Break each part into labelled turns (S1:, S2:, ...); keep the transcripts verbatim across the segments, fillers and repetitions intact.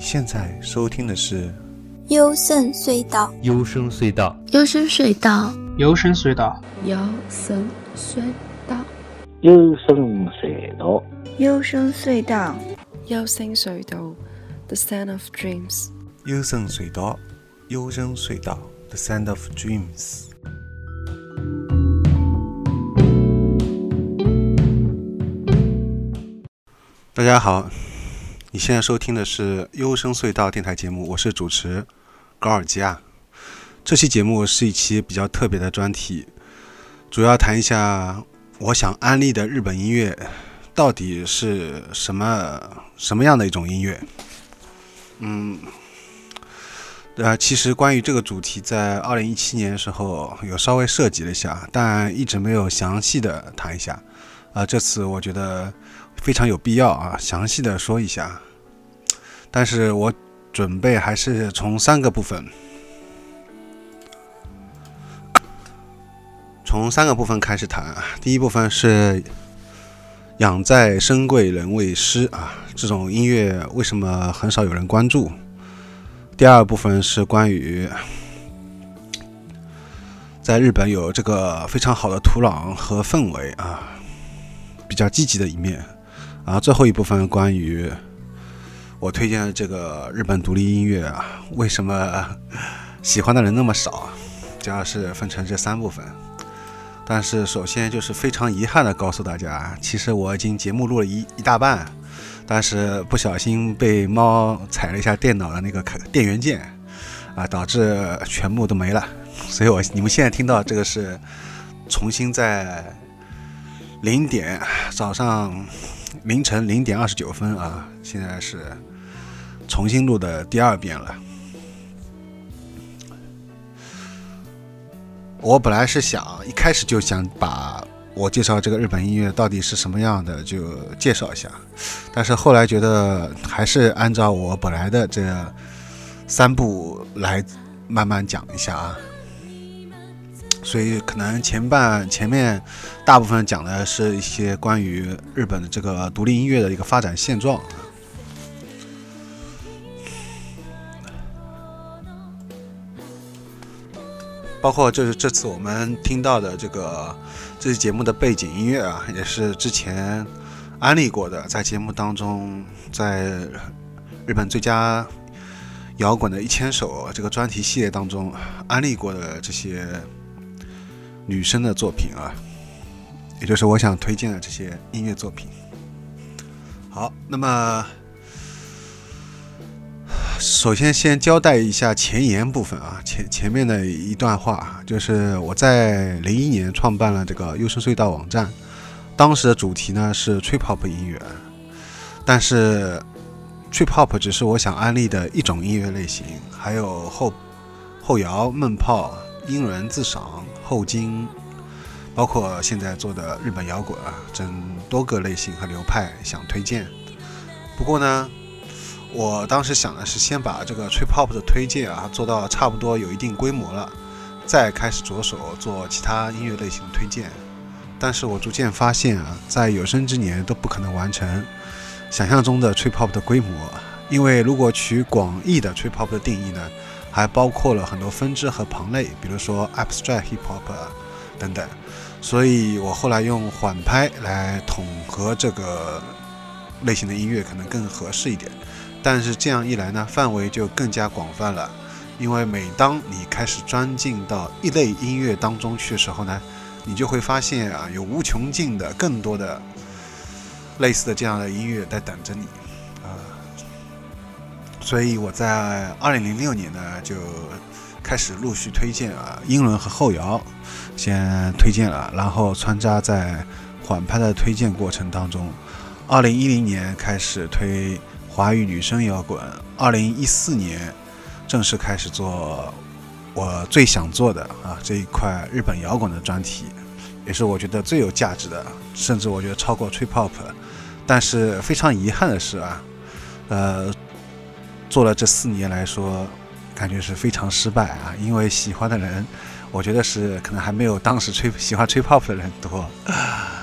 S1: 现在收听的是
S2: 幽深隧道，
S3: 幽深隧道，
S4: 幽深隧道，
S5: 幽深隧道，
S4: 幽深隧道，
S6: 幽深隧道，
S7: 幽深隧道，
S8: 幽深隧道 The Sound of Dreams，
S1: 幽深隧道，幽深隧道 The Sound of Dreams。大家好，你现在收听的是幽深隧道电台节目，我是主持高尔基亚。这期节目是一期比较特别的专题，主要谈一下我想安利的日本音乐到底是什么什么样的一种音乐。嗯，呃，其实关于这个主题在二零一七年的时候有稍微涉及了一下，但一直没有详细的谈一下。啊、呃，这次我觉得非常有必要啊，详细的说一下。但是我准备还是从三个部分，从三个部分开始谈。第一部分是养在深贵人未识啊，这种音乐为什么很少有人关注？第二部分是关于在日本有这个非常好的土壤和氛围啊，比较积极的一面。然后最后一部分关于我推荐的这个日本独立音乐啊，为什么喜欢的人那么少？主要是分成这三部分。但是首先就是非常遗憾的告诉大家，其实我已经节目录了一一大半，但是不小心被猫踩了一下电脑的那个电源键啊，导致全部都没了。所以我你们现在听到这个是重新在零点早上凌晨零点二十九分啊，现在是重新录的第二遍了。我本来是想一开始就想把我介绍这个日本音乐到底是什么样的就介绍一下，但是后来觉得还是按照我本来的这三部来慢慢讲一下啊。所以可能前半前面大部分讲的是一些关于日本的这个独立音乐的一个发展现状，包括就是这次我们听到的这个这期节目的背景音乐啊，也是之前安利过的，在节目当中，在日本最佳摇滚的一千首这个专题系列当中安利过的这些女生的作品啊，也就是我想推荐的这些音乐作品。好，那么首先先交代一下前言部分啊，前前面的一段话，就是我在零一年创办了这个幽深隧道网站，当时的主题呢是 Trip Hop 音乐，但是 Trip Hop 只是我想安利的一种音乐类型，还有后后摇、闷炮、英伦自赏、后金，包括现在做的日本摇滚啊，整多个类型和流派想推荐。不过呢，我当时想的是先把这个 Trip Hop 的推荐啊做到差不多有一定规模了，再开始着手做其他音乐类型的推荐。但是我逐渐发现啊，在有生之年都不可能完成想象中的 Trip Hop 的规模，因为如果取广义的 Trip Hop 的定义呢，还包括了很多分支和旁类，比如说 Abstract Hip Hop 等等。所以我后来用缓拍来统合这个类型的音乐可能更合适一点，但是这样一来呢，范围就更加广泛了。因为每当你开始钻进到一类音乐当中去的时候呢，你就会发现啊，有无穷尽的更多的类似的这样的音乐在等着你啊。所以我在二零零六年呢就开始陆续推荐啊英伦和后摇，先推荐了，然后穿插在缓拍的推荐过程当中。二零一零年开始推华语女声摇滚，二零一四年正式开始做我最想做的啊这一块日本摇滚的专题，也是我觉得最有价值的，甚至我觉得超过 Trip Hop。但是非常遗憾的是啊，呃，做了这四年来说，感觉是非常失败啊，因为喜欢的人，我觉得是可能还没有当时吹喜欢 Trip Hop 的人多。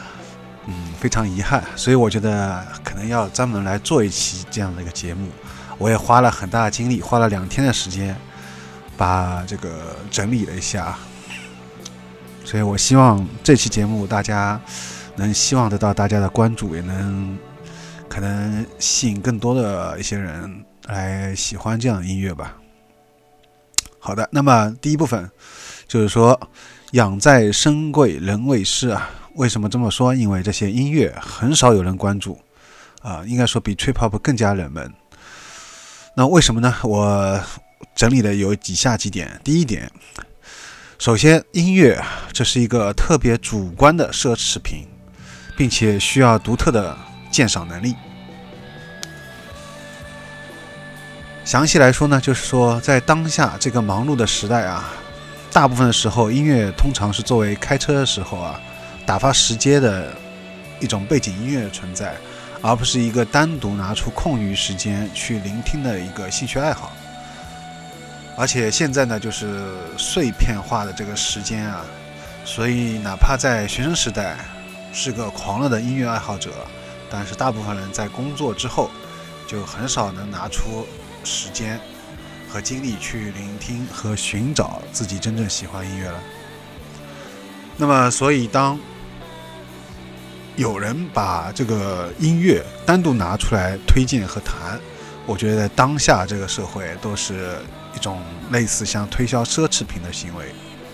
S1: 嗯，非常遗憾，所以我觉得可能要专门来做一期这样的一个节目， 我也花了很大的精力，花了两天的时间把这个整理了一下，所以我希望这期节目大家能希望得到大家的关注，也能可能吸引更多的一些人来喜欢这样的音乐吧。好的，那么第一部分就是说养在深贵人未识啊。为什么这么说？因为这些音乐很少有人关注啊、呃，应该说比 Trip Hop 更加冷门。那为什么呢？我整理的有以下几点。第一点，首先音乐这是一个特别主观的奢侈品，并且需要独特的鉴赏能力。详细来说呢，就是说在当下这个忙碌的时代啊，大部分的时候音乐通常是作为开车的时候啊打发时间的一种背景音乐存在，而不是一个单独拿出空余时间去聆听的一个兴趣爱好。而且现在呢，就是碎片化的这个时间啊，所以哪怕在学生时代是个狂热的音乐爱好者，但是大部分人在工作之后就很少能拿出时间和精力去聆听和寻找自己真正喜欢音乐了。那么所以当有人把这个音乐单独拿出来推荐和谈，我觉得在当下这个社会都是一种类似像推销奢侈品的行为。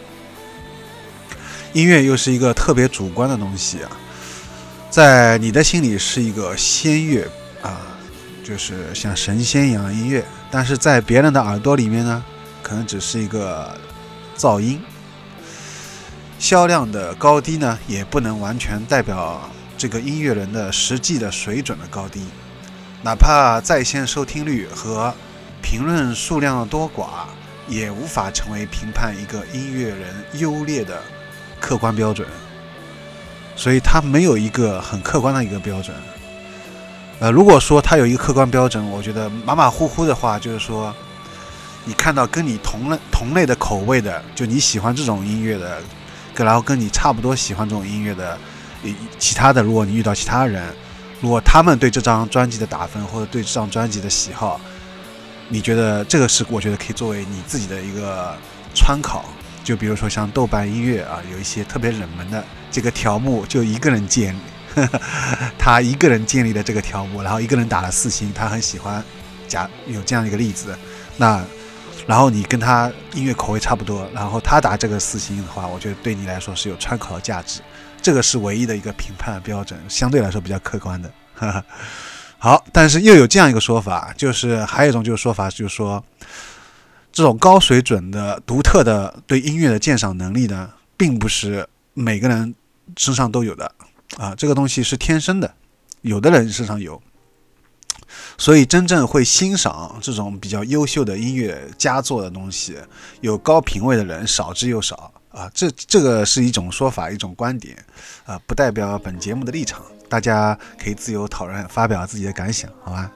S1: 音乐又是一个特别主观的东西啊，在你的心里是一个仙乐啊，就是像神仙一样的音乐，但是在别人的耳朵里面呢，可能只是一个噪音。销量的高低呢，也不能完全代表这个音乐人的实际的水准的高低。哪怕在线收听率和评论数量的多寡，也无法成为评判一个音乐人优劣的客观标准。所以它没有一个很客观的一个标准。呃，如果说它有一个客观标准，我觉得马马虎虎的话，就是说你看到跟你同类同类的口味的，就你喜欢这种音乐的，然后跟你差不多喜欢这种音乐的其他的，如果你遇到其他人，如果他们对这张专辑的打分或者对这张专辑的喜好，你觉得这个是我觉得可以作为你自己的一个参考。就比如说像豆瓣音乐啊，有一些特别冷门的这个条目就一个人建立呵呵他一个人建立的这个条目，然后一个人打了四星，他很喜欢，假有这样一个例子，那然后你跟他音乐口味差不多，然后他打这个四星的话，我觉得对你来说是有参考的价值，这个是唯一的一个评判标准，相对来说比较客观的。呵呵好，但是又有这样一个说法，就是还有一种就是说法，就是说这种高水准的独特的对音乐的鉴赏能力呢，并不是每个人身上都有的啊，这个东西是天生的，有的人身上有。所以真正会欣赏这种比较优秀的音乐佳作的东西，有高品位的人少之又少啊。这这个是一种说法，一种观点啊，不代表本节目的立场，大家可以自由讨论，发表自己的感想，好吧？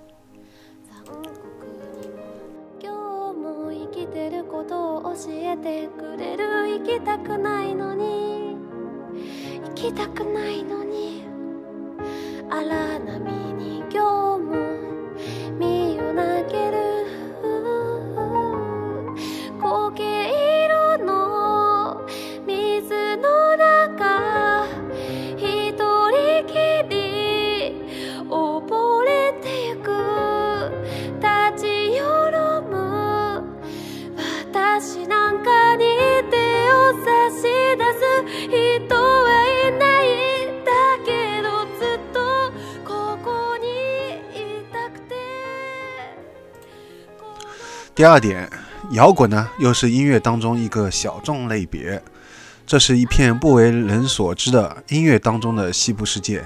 S1: 第二点，摇滚呢又是音乐当中一个小众类别，这是一片不为人所知的音乐当中的西部世界。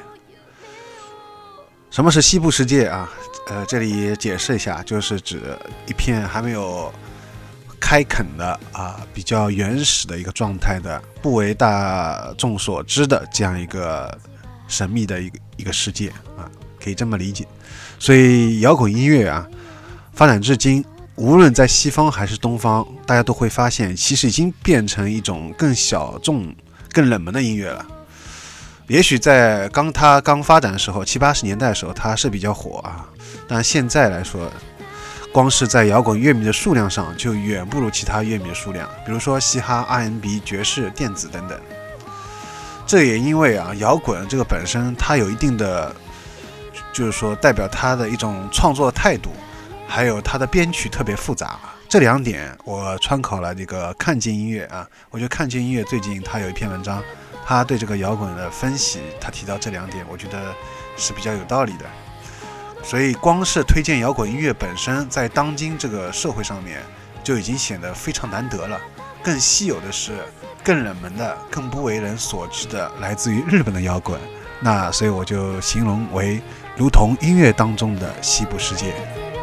S1: 什么是西部世界啊？呃，这里解释一下，就是指一片还没有开垦的啊，比较原始的一个状态的，不为大众所知的这样一个神秘的一个一个世界啊，可以这么理解。所以摇滚音乐啊，发展至今，无论在西方还是东方，大家都会发现，其实已经变成一种更小众、更冷门的音乐了。也许在刚它刚发展的时候，七八十年代的时候，它是比较火啊，但现在来说， 光是在摇滚乐迷的数量上就远不如其他乐迷的数量，比如说嘻哈、R and B、爵士、电子等等。这也因为啊，摇滚这个本身它有一定的，就是说代表它的一种创作的态度，还有它的编曲特别复杂。这两点我参考了这个看见音乐啊，我觉得看见音乐最近他有一篇文章，他对这个摇滚的分析，他提到这两点，我觉得是比较有道理的。所以光是推荐摇滚音乐本身，在当今这个社会上面就已经显得非常难得了。更稀有的是，更冷门的、更不为人所知的，来自于日本的摇滚。那所以我就形容为如同音乐当中的西部世界。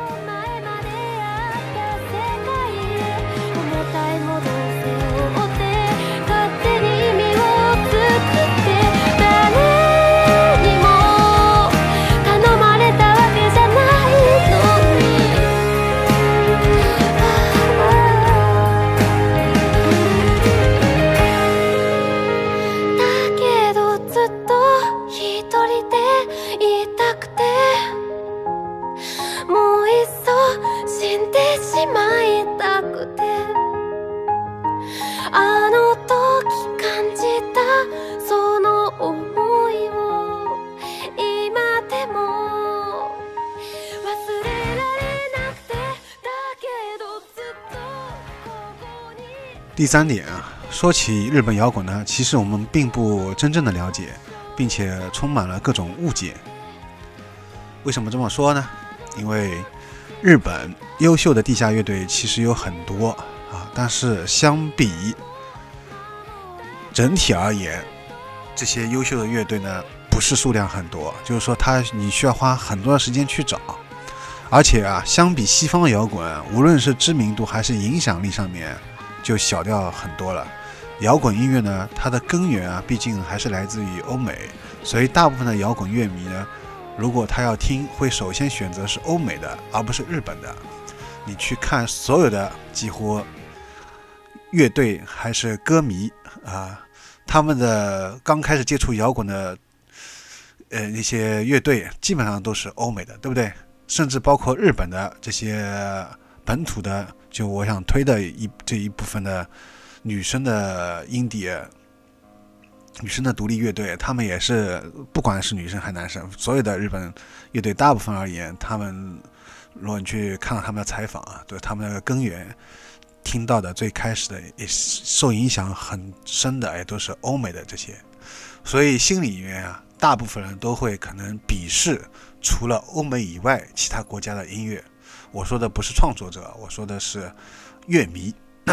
S1: 第三点啊，说起日本摇滚呢，其实我们并不真正的了解，并且充满了各种误解。为什么这么说呢？因为日本优秀的地下乐队其实有很多啊，但是相比整体而言，这些优秀的乐队呢，不是数量很多，就是说它你需要花很多的时间去找。而且啊，相比西方的摇滚，无论是知名度还是影响力上面，就小掉很多了。摇滚音乐呢，它的根源啊，毕竟还是来自于欧美，所以大部分的摇滚乐迷呢，如果他要听，会首先选择是欧美的，而不是日本的。你去看所有的几乎乐队还是歌迷啊，他们的刚开始接触摇滚的呃那些乐队，基本上都是欧美的，对不对？甚至包括日本的这些本土的，就我想推的一这一部分的女生的indie女生的独立乐队，他们也是不管是女生还是男生，所有的日本乐队大部分而言，他们如果你去看到他们的采访啊，对他们的根源听到的最开始的也受影响很深的，也都是欧美的这些，所以心里面啊，大部分人都会可能鄙视除了欧美以外其他国家的音乐。我说的不是创作者，我说的是乐迷。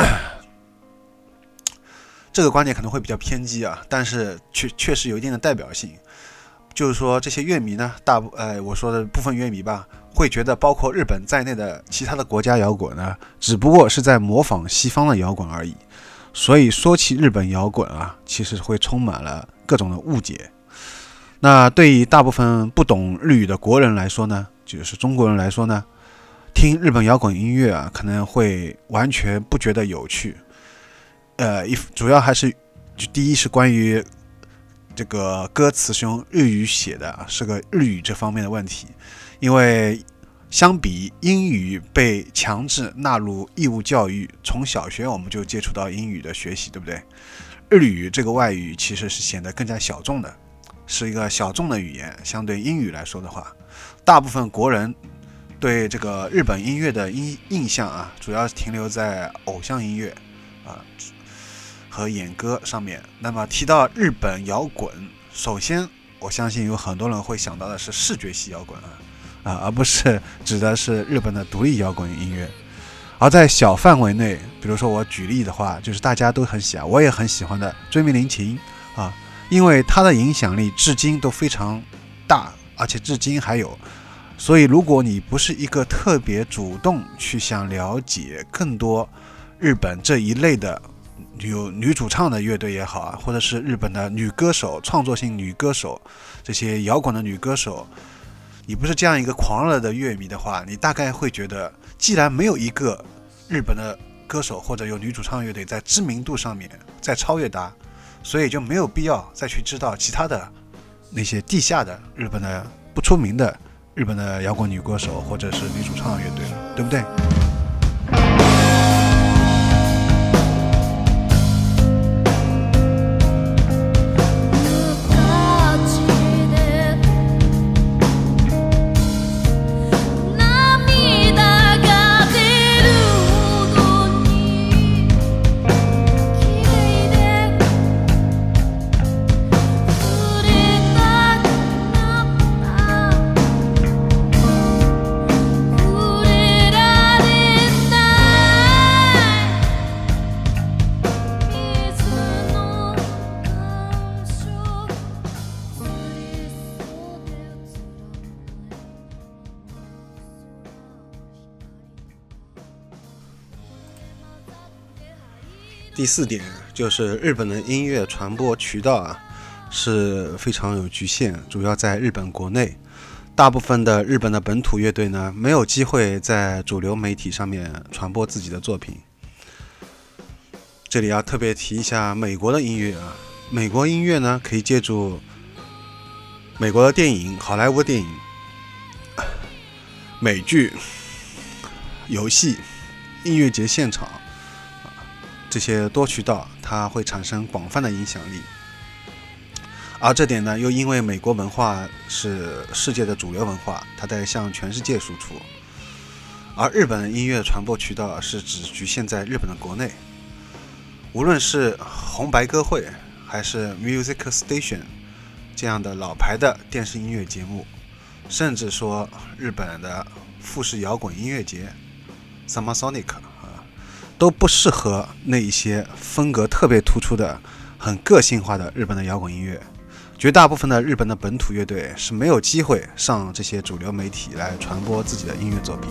S1: 这个观点可能会比较偏激啊，但是确确实有一定的代表性。就是说这些乐迷呢，大呃我说的部分乐迷吧，会觉得包括日本在内的其他的国家摇滚呢，只不过是在模仿西方的摇滚而已。所以说起日本摇滚啊，其实会充满了各种的误解。那对于大部分不懂日语的国人来说呢，就是中国人来说呢，听日本摇滚音乐啊，可能会完全不觉得有趣。呃，一主要还是就第一是关于这个歌词是用日语写的，是个日语这方面的问题。因为相比英语被强制纳入义务教育，从小学我们就接触到英语的学习，对不对？日语这个外语其实是显得更加小众的，是一个小众的语言，相对英语来说的话，大部分国人对这个日本音乐的印印象啊，主要是停留在偶像音乐啊和演歌上面。那么提到日本摇滚，首先我相信有很多人会想到的是视觉系摇滚啊，啊而不是指的是日本的独立摇滚音乐。而在小范围内，比如说我举例的话，就是大家都很喜欢，我也很喜欢的追名林檎啊，因为它的影响力至今都非常大，而且至今还有。所以如果你不是一个特别主动去想了解更多日本这一类的有女主唱的乐队也好啊，或者是日本的女歌手、创作性女歌手，这些摇滚的女歌手，你不是这样一个狂热的乐迷的话，你大概会觉得，既然没有一个日本的歌手或者有女主唱乐队在知名度上面再超越它，所以就没有必要再去知道其他的那些地下的日本的不出名的日本的摇滚女歌手或者是女主唱乐队了。 对不对？第四点就是日本的音乐传播渠道啊是非常有局限，主要在日本国内，大部分的日本的本土乐队呢没有机会在主流媒体上面传播自己的作品。这里要特别提一下美国的音乐啊，美国音乐呢可以借助美国的电影、好莱坞电影、美剧、游戏、音乐节现场这些多渠道，它会产生广泛的影响力。而这点呢，又因为美国文化是世界的主流文化，它在向全世界输出。而日本的音乐传播渠道是只局限在日本的国内。无论是红白歌会，还是 Music Station 这样的老牌的电视音乐节目，甚至说日本的富士摇滚音乐节 Summer Sonic都不适合那一些风格特别突出的很个性化的日本的摇滚音乐。绝大部分的日本的本土乐队是没有机会上这些主流媒体来传播自己的音乐作品。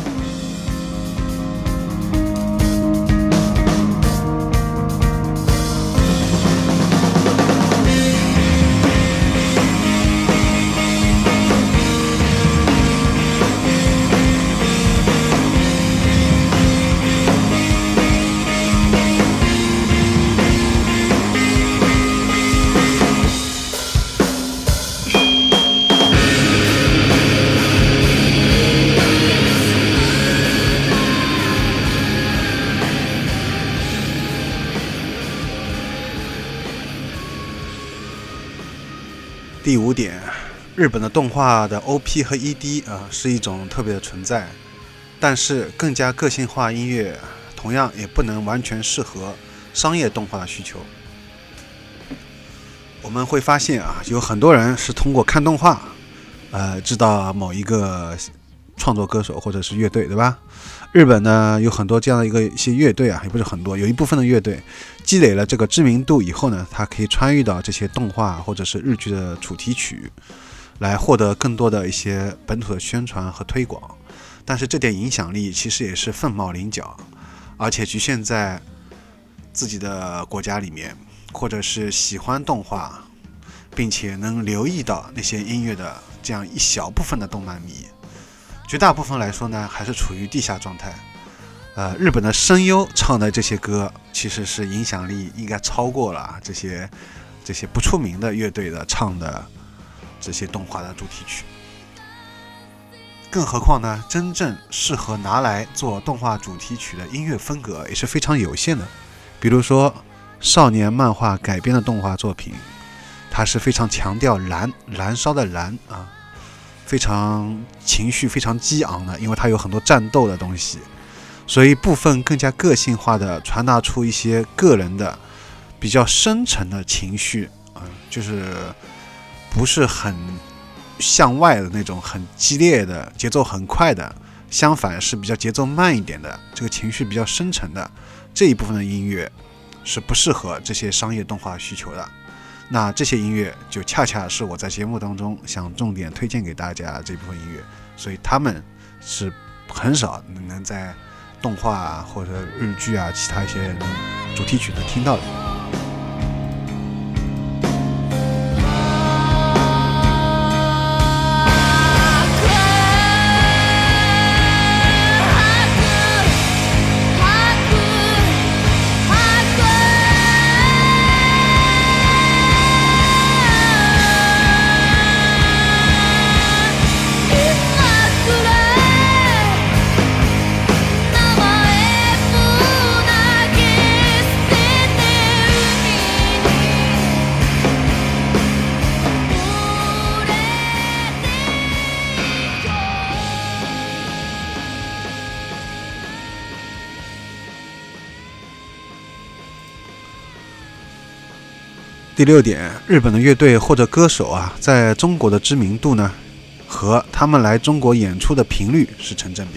S1: 第五点，日本的动画的 O P 和 E D 啊是一种特别的存在，但是更加个性化音乐同样也不能完全适合商业动画的需求。我们会发现啊，有很多人是通过看动画，呃，知道某一个创作歌手或者是乐队，对吧？日本呢有很多这样的一个一些乐队啊，也不是很多，有一部分的乐队积累了这个知名度以后呢，它可以参与到这些动画或者是日剧的主题曲，来获得更多的一些本土的宣传和推广。但是这点影响力其实也是凤毛麟角，而且局限在自己的国家里面，或者是喜欢动画并且能留意到那些音乐的这样一小部分的动漫迷。绝大部分来说呢，还是处于地下状态。呃，日本的声优唱的这些歌，其实是影响力应该超过了这些这些不出名的乐队的唱的这些动画的主题曲。更何况呢，真正适合拿来做动画主题曲的音乐风格也是非常有限的。比如说少年漫画改编的动画作品，它是非常强调燃燃烧的燃啊。非常情绪非常激昂的，因为它有很多战斗的东西，所以部分更加个性化的传达出一些个人的比较深沉的情绪啊、呃，就是不是很向外的那种很激烈的节奏很快的，相反是比较节奏慢一点的，这个情绪比较深沉的这一部分的音乐是不适合这些商业动画需求的。那这些音乐就恰恰是我在节目当中想重点推荐给大家这部分音乐，所以他们是很少能在动画啊或者日剧啊其他一些主题曲能听到的。 第六点，日本的乐队或者歌手啊，在中国的知名度呢，和他们来中国演出的频率是成正比。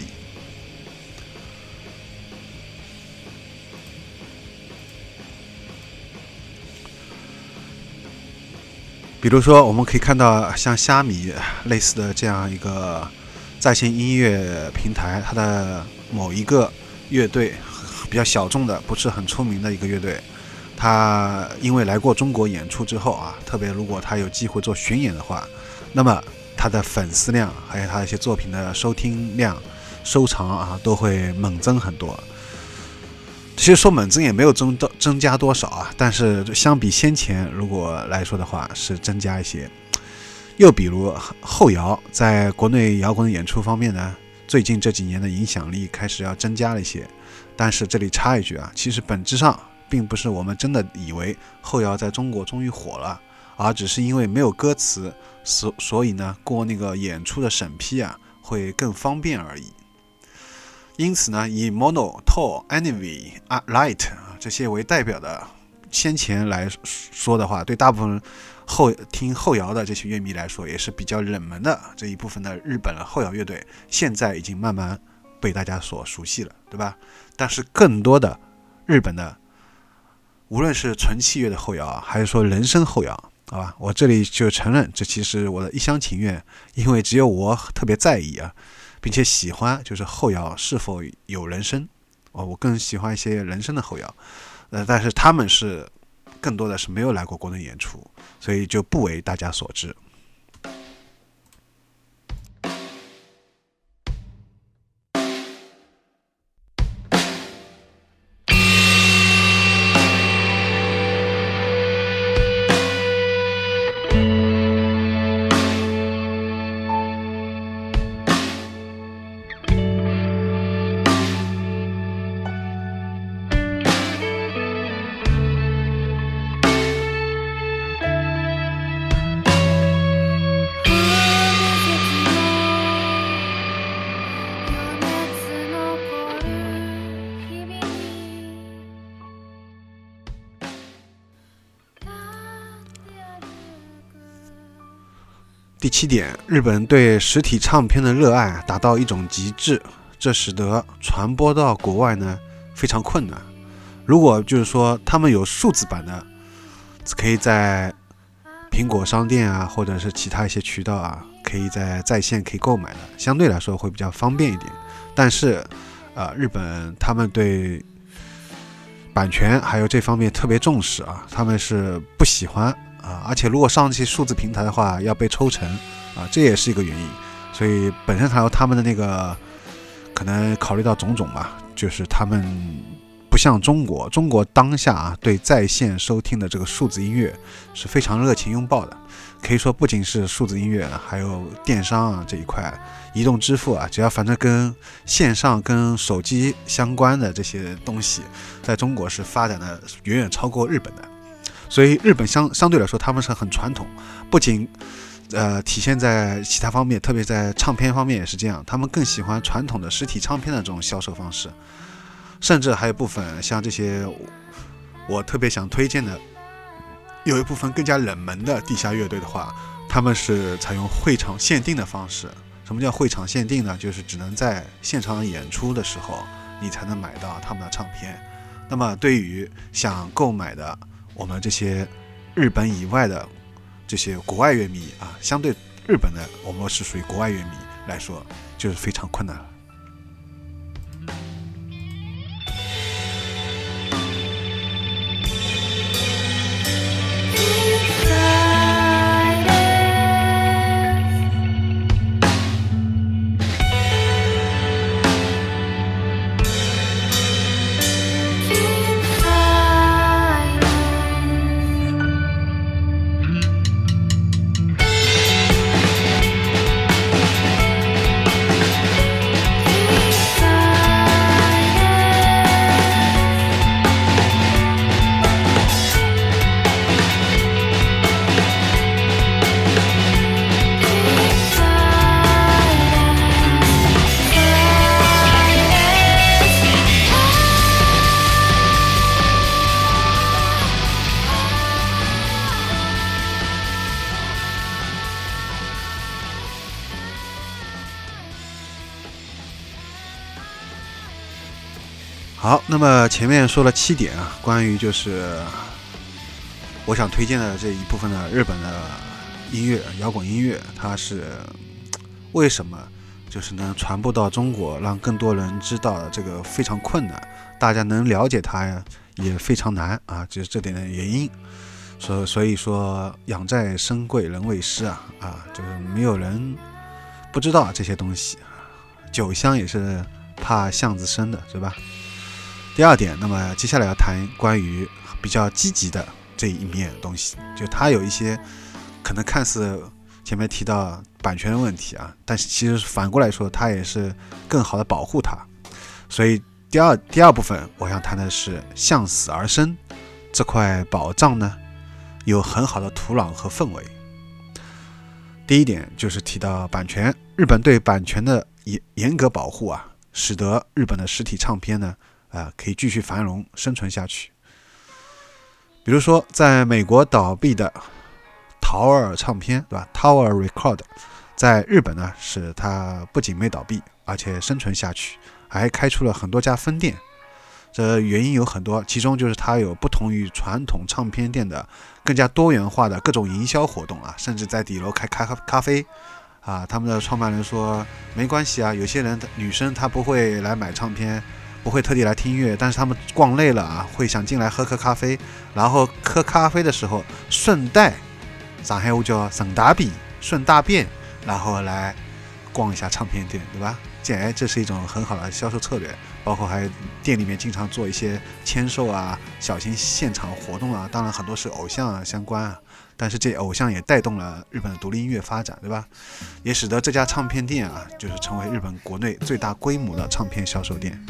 S1: 比如说，我们可以看到像虾米类似的这样一个在线音乐平台，它的某一个乐队比较小众的，不是很出名的一个乐队，他因为来过中国演出之后啊，特别如果他有机会做巡演的话，那么他的粉丝量还有他一些作品的收听量、收藏啊，都会猛增很多。其实说猛增也没有增增加多少啊，但是相比先前如果来说的话，是增加一些。又比如后摇在国内摇滚演出方面呢，最近这几年的影响力开始要增加了一些。但是这里插一句啊，其实本质上并不是我们真的以为后摇在中国终于火了，而只是因为没有歌词，所所以呢过那个演出的审批啊会更方便而已。因此呢，以 Mono、Tall、Anyway、Light 这些为代表的先前来说的话，对大部分后听后摇的这些乐迷来说，也是比较冷门的这一部分的日本的后摇乐队，现在已经慢慢被大家所熟悉了，对吧？但是更多的日本的，无论是纯器乐的后摇，还是说人声后摇，好吧，我这里就承认，这其实我的一厢情愿，因为只有我特别在意啊，并且喜欢就是后摇是否有人声，哦，我更喜欢一些人声的后摇，呃，但是他们是更多的是没有来过国内演出，所以就不为大家所知。第七点，日本对实体唱片的热爱达到一种极致，这使得传播到国外呢非常困难。如果就是说他们有数字版的，可以在苹果商店啊，或者是其他一些渠道啊，可以在在线可以购买的，相对来说会比较方便一点。但是，呃，日本他们对版权还有这方面特别重视啊，他们是不喜欢啊，而且如果上这些数字平台的话，要被抽成啊，这也是一个原因。所以本身还有他们的那个，可能考虑到种种吧，就是他们不像中国，中国当下啊对在线收听的这个数字音乐是非常热情拥抱的。可以说不仅是数字音乐，还有电商啊这一块，移动支付啊，只要反正跟线上跟手机相关的这些东西，在中国是发展的远远超过日本的。所以日本相相对来说他们是很传统，不仅呃体现在其他方面，特别在唱片方面也是这样，他们更喜欢传统的实体唱片的这种销售方式。甚至还有部分像这些我特别想推荐的，有一部分更加冷门的地下乐队的话，他们是采用会场限定的方式。什么叫会场限定呢？就是只能在现场演出的时候你才能买到他们的唱片。那么对于想购买的我们这些日本以外的这些国外乐迷啊，相对日本的我们是属于国外乐迷来说，就是非常困难了。 好，那么前面说了七点啊，关于就是我想推荐的这一部分的日本的音乐，摇滚音乐，它是为什么就是能传播到中国，让更多人知道这个非常困难，大家能了解它呀也非常难啊，就是这点的原因。所所以说养在深贵人未识啊啊，就是没有人不知道这些东西。酒香也是怕巷子深的，对吧？第二点，那么接下来要谈关于比较积极的这一面东西，就它有一些可能看似前面提到版权的问题啊，但是其实反过来说，它也是更好的保护它。所以第二第二部分我想谈的是向死而生这块宝藏呢，有很好的土壤和氛围。第一点就是提到版权，日本对版权的严格保护啊，使得日本的实体唱片呢，呃，可以继续繁荣生存下去。比如说，在美国倒闭的陶尔唱片，对吧 ？Tower Record， 在日本呢，是它不仅没倒闭，而且生存下去，还开出了很多家分店。这原因有很多，其中就是它有不同于传统唱片店的更加多元化的各种营销活动啊，甚至在底楼开咖咖啡啊。他们的创办人说没关系啊，有些人女生她不会来买唱片，不会特地来听音乐，但是他们逛累了啊，会想进来喝喝咖啡，然后喝咖啡的时候顺带，上海话叫顺大便，顺大便，然后来逛一下唱片店，对吧？这这是一种很好的销售策略，包括还店里面经常做一些签售啊、小型现场活动啊，当然很多是偶像、啊、相关啊，但是这偶像也带动了日本的独立音乐发展，对吧？也使得这家唱片店啊，就是成为日本国内最大规模的唱片销售店。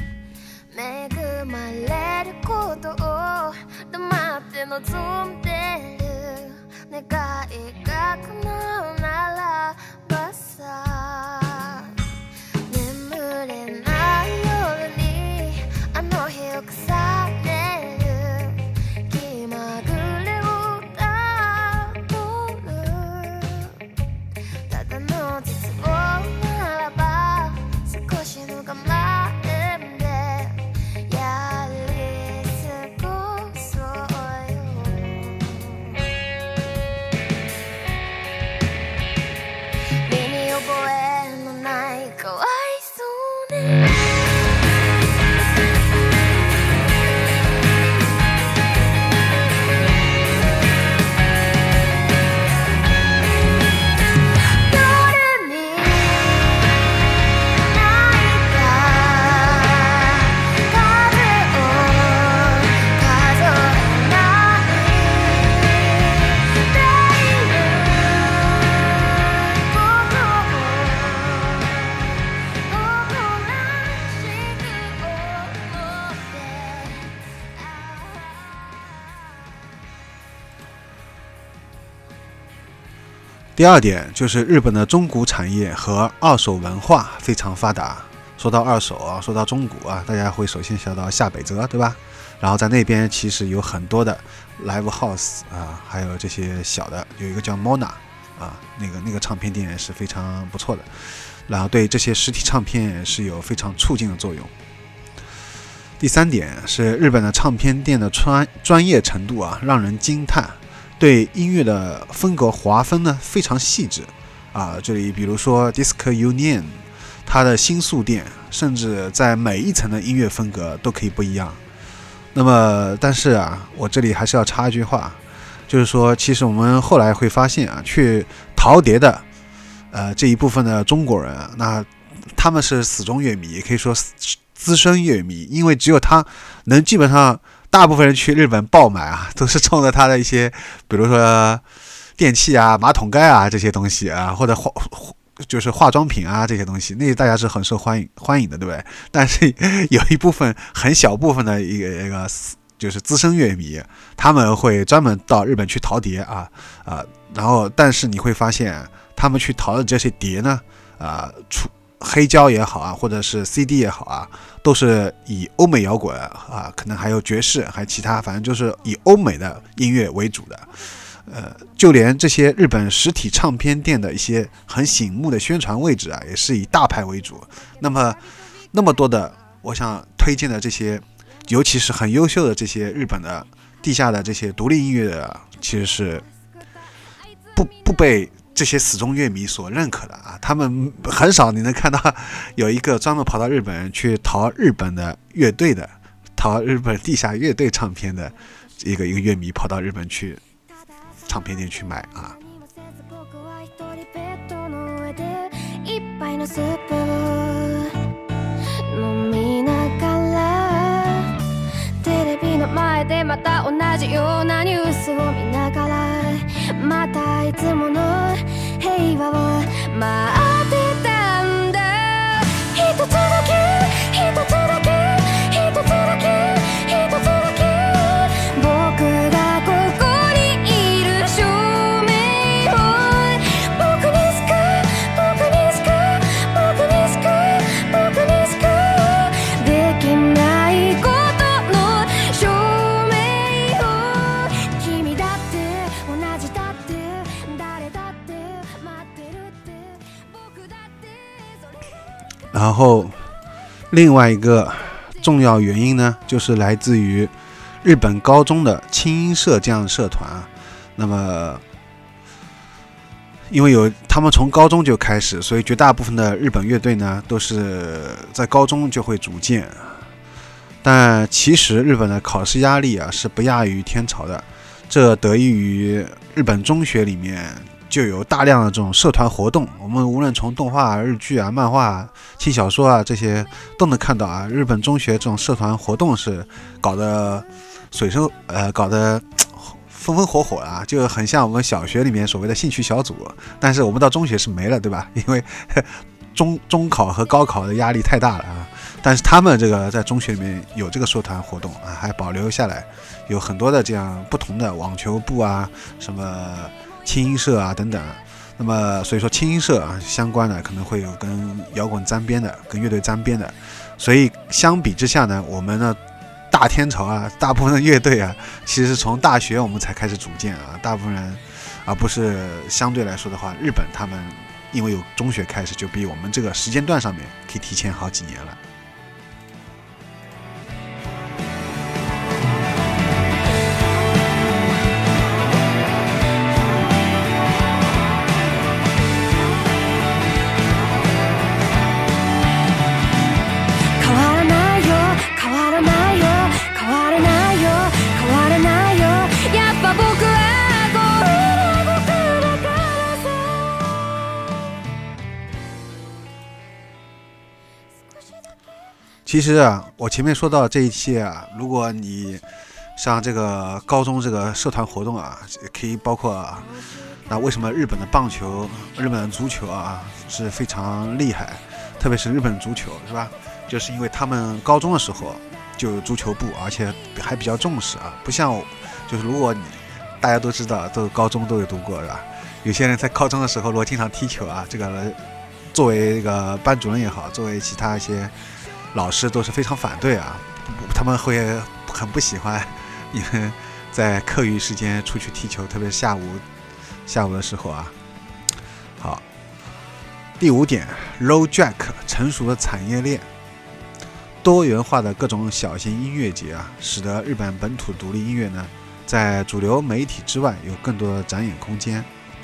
S1: 第二点就是日本的中古产业和二手文化非常发达。说到二手啊，说到中古啊，大家会首先想到下北泽，对吧？然后在那边其实有很多的 live house 啊，还有这些小的，有一个叫 Mona 啊，那个那个唱片店是非常不错的，然后对这些实体唱片是有非常促进的作用。第三点是日本的唱片店的专专业程度啊，让人惊叹。对音乐的风格划分呢非常细致啊，这里比如说 Disc Union， 它的新宿店甚至在每一层的音乐风格都可以不一样。那么但是啊，我这里还是要插一句话，就是说其实我们后来会发现啊，去陶碟的呃这一部分的中国人啊，那他们是死忠乐迷，也可以说资深乐迷，因为只有他能基本上大部分人去日本爆买啊，都是冲着他的一些，比如说电器啊、马桶盖啊这些东西啊，或者化就是化妆品啊这些东西，那大家是很受欢迎欢迎的，对不对？但是有一部分很小部分的一个一个就是资深乐迷，他们会专门到日本去淘碟啊啊，然后但是你会发现，他们去淘的这些碟呢，啊，出黑胶也好啊，或者是 C D 也好啊，都是以欧美摇滚啊，可能还有爵士，还有其他，反正就是以欧美的音乐为主的。呃，就连这些日本实体唱片店的一些很醒目的宣传位置啊，也是以大牌为主。那么，那么多的我想推荐的这些尤其是很优秀的这些日本的地下的这些独立音乐的，其实是不不被这些死忠乐迷所认可的啊。他们很少你能看到有一个专门跑到日本去淘日本的乐队的，淘日本地下乐队唱片的一个一个乐迷跑到日本去唱片店去买啊。
S3: 前でまた同じようなニュースを見ながらまたいつもの平和を待ってたんだ。一つだけ一つだけ一つだけ一つだけ僕がここにいる証明を僕にしか僕にしか僕にしか僕にしかできないこと
S1: 然后另外一个重要原因呢，就是来自于日本高中的轻音社这样的社团。那么因为有他们从高中就开始，所以绝大部分的日本乐队呢都是在高中就会组建。但其实日本的考试压力啊是不亚于天朝的，这得益于日本中学里面就有大量的这种社团活动。我们无论从动画、日剧啊、漫画、轻小说啊这些都能看到啊，日本中学这种社团活动是搞得水深呃搞得风风火火啊，就很像我们小学里面所谓的兴趣小组。但是我们到中学是没了，对吧？因为中中考和高考的压力太大了啊。但是他们这个在中学里面有这个社团活动啊，还保留下来，有很多的这样不同的网球部啊，什么轻音社啊等等。那么所以说轻音社啊相关的可能会有跟摇滚沾边的，跟乐队沾边的。所以相比之下呢，我们的大天朝啊，大部分的乐队啊，其实是从大学我们才开始组建啊，大部分人而不是相对来说的话，日本他们因为有中学开始，就比我们这个时间段上面可以提前好几年了。其实啊，我前面说到这一切啊，如果你像这个高中这个社团活动啊，可以包括啊，那为什么日本的棒球、日本的足球啊是非常厉害，特别是日本足球是吧？就是因为他们高中的时候就有足球部，而且还比较重视啊，不像就是如果你大家都知道，都高中都有读过是吧？有些人在高中的时候如果经常踢球啊，这个作为这个班主任也好，作为其他一些老师都是非常反对啊，他们会很不喜欢你们在课余时间出去踢球，特别是下午下午的时候啊。好，第五点 ，Road Jack 成熟的产业链，多元化的各种小型音乐节啊，使得日本本土独立音乐呢，在主流媒体之外有更多的展演空间。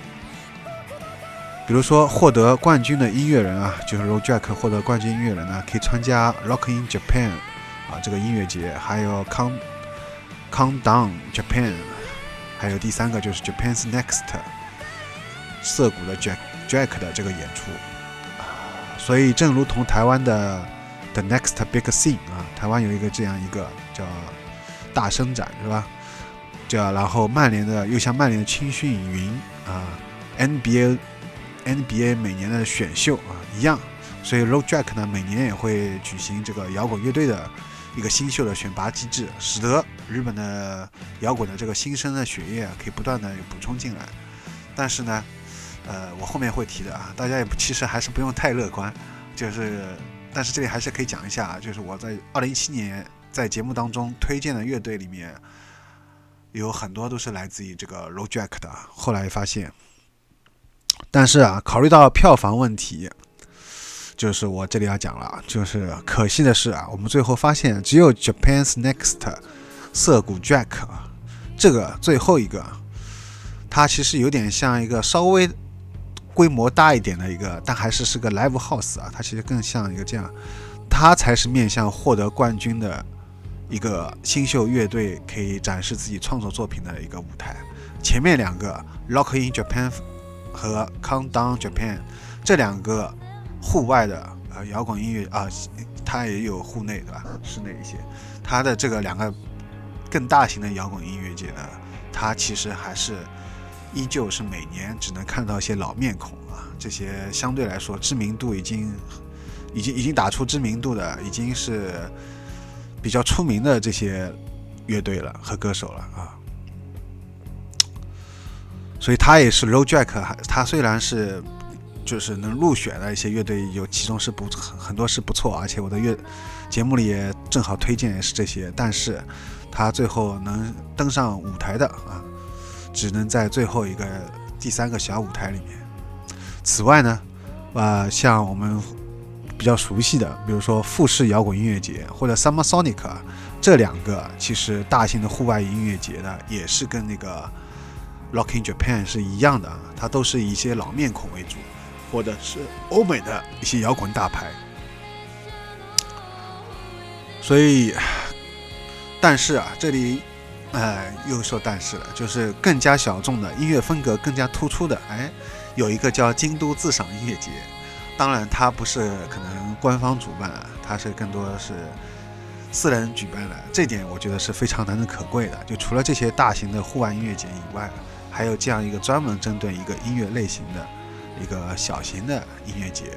S1: 比如说获得冠军的音乐人啊，就是 Road Jack 获得冠军音乐人呢，可以参加 Rock in Japan 啊这个音乐节，还有 Count Countdown Japan， 还有第三个就是 Japan's Next 涩谷的 Jack Jack 的这个演出。所以正如同台湾的 The Next Big Thing 啊，台湾有一个这样一个叫大伸展是吧？叫然后曼联的又像曼联的青训云啊 ，N B A。N B A 每年的选秀啊一样，所以 Road Jack 呢每年也会举行这个摇滚乐队的一个新秀的选拔机制，使得日本的摇滚的这个新生的血液可以不断的补充进来。但是呢，呃，我后面会提的啊，大家也其实还是不用太乐观，就是但是这里还是可以讲一下，就是我在二零一七年在节目当中推荐的乐队里面，有很多都是来自于这个 Road Jack 的，后来发现。但是啊，考虑到票房问题， 就是我这里要讲了，就是可惜的是啊，我们最后发现只有 Japan's Next 涩谷 Jack 啊，这个最后一个，它其实有点像一个稍微规模大一点的一个，但还是是个 live house 啊，它其实更像一个这样，它才是面向获得冠军的一个新秀乐队可以展示自己创作作品的一个舞台。前面两个 Rock in Japan 和 Countdown Japan 这两个户外的呃摇滚音乐啊、呃，它也有户内对吧？室内一些，它的这个两个更大型的摇滚音乐节呢，它其实还是依旧是每年只能看到一些老面孔啊，这些相对来说知名度已经已经已经打出知名度的，已经是比较出名的这些乐队了和歌手了啊。所以他也是 Low Jack， 他虽然是就是能入选的一些乐队有其中是不很多是不错，而且我的乐节目里也正好推荐也是这些，但是他最后能登上舞台的啊，只能在最后一个第三个小舞台里面。此外呢，呃，像我们比较熟悉的，比如说富士摇滚音乐节或者 Summer Sonic 啊，这两个其实大型的户外音乐节呢，也是跟那个 Rock in Japan 是一样的，它都是以一些老面孔为主，或者是欧美的一些摇滚大牌。所以，但是啊，这里呃又说但是了，就是更加小众的音乐风格更加突出的，哎，有一个叫京都自赏音乐节。当然它不是可能官方主办，它是更多的是私人举办的，这点我觉得是非常难能可贵的。就除了这些大型的户外音乐节以外，还有这样一个专门针对一个音乐类型的一个小型的音乐节。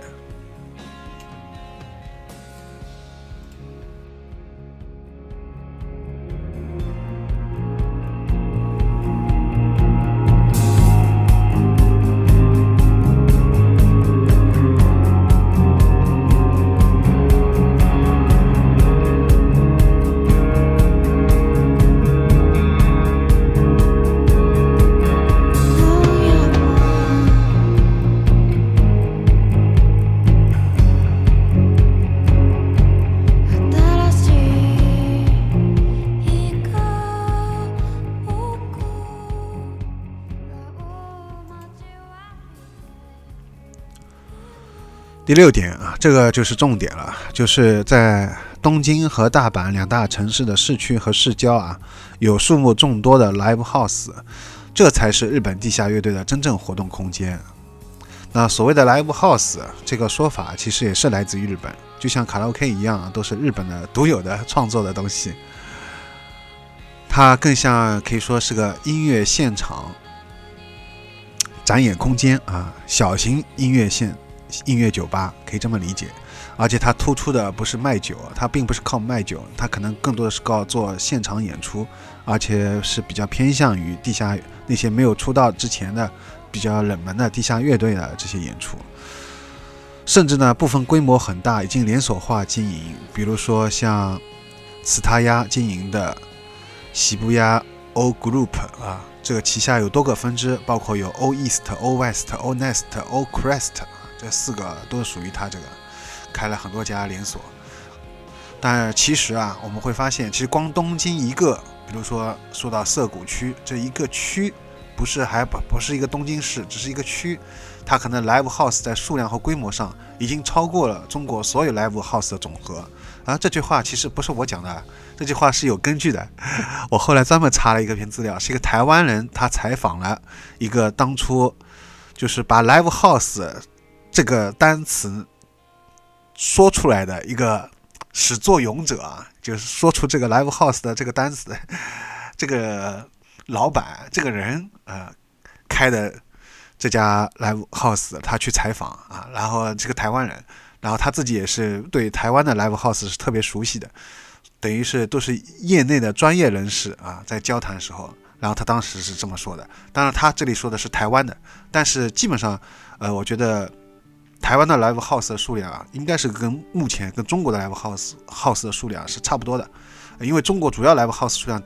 S1: 第六点啊，这个就是重点了，就是在东京和大阪两大城市的市区和市郊啊，有数目众多的 live house， 这才是日本地下乐队的真正活动空间。那所谓的 live house 这个说法其实也是来自于日本，就像卡拉 OK 一样，都是日本的独有的创作的东西。它更像可以说是个音乐现场展演空间啊，小型音乐线音乐酒吧可以这么理解。而且它突出的不是卖酒，它并不是靠卖酒，它可能更多的是靠做现场演出，而且是比较偏向于地下那些没有出道之前的比较冷门的地下乐队的这些演出。甚至呢部分规模很大，已经连锁化经营，比如说像茨塔亚经营的喜布亚 O Group 啊，这个旗下有多个分支，包括有 O East、O West、O Nest、O Crest， 这四个都属于它这个，开了很多家连锁。但其实啊，我们会发现，其实光东京一个，比如说说到涩谷区这一个区，不是还不不是一个东京市，只是一个区，它可能 live house 在数量和规模上已经超过了中国所有 live house 的总和。啊，这句话其实不是我讲的，这句话是有根据的。我后来专门查了一个篇资料，是一个台湾人，他采访了一个当初就是把 live house 这个单词说出来的一个始作俑者啊，就是说出这个 live house 的这个单词，这个老板这个人呃开的这家 live house， 他去采访啊，然后这个台湾人，然后他自己也是对台湾的 live house 是特别熟悉的，等于是都是业内的专业人士啊，在交谈的时候，然后他当时是这么说的。当然他这里说的是台湾的，但是基本上呃我觉得台湾的 live house 的数量啊，应该是跟目前跟中国的 live house house 的数量是差不多的，因为中国主要 live house 数量就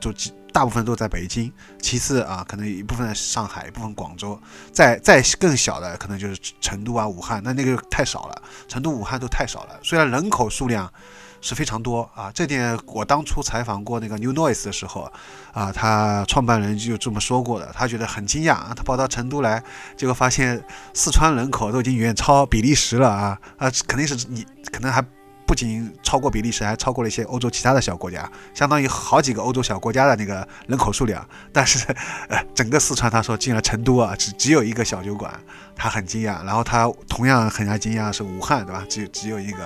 S1: 大部分都在北京，其次啊，可能一部分在上海，一部分广州，再再更小的可能就是成都啊、武汉，那那个太少了，成都、武汉都太少了。虽然人口数量是非常多啊，这点我当初采访过那个 New Noise 的时候啊，他创办人就这么说过的，他觉得很惊讶啊，他跑到成都来，结果发现四川人口都已经远超比利时了啊啊，肯定是你可能还不仅超过比利时，还超过了一些欧洲其他的小国家，相当于好几个欧洲小国家的那个人口数量。但是，呃，整个四川他说进了成都啊，只只有一个小酒馆，他很惊讶。然后他同样很惊讶是武汉，对吧？只有只有一个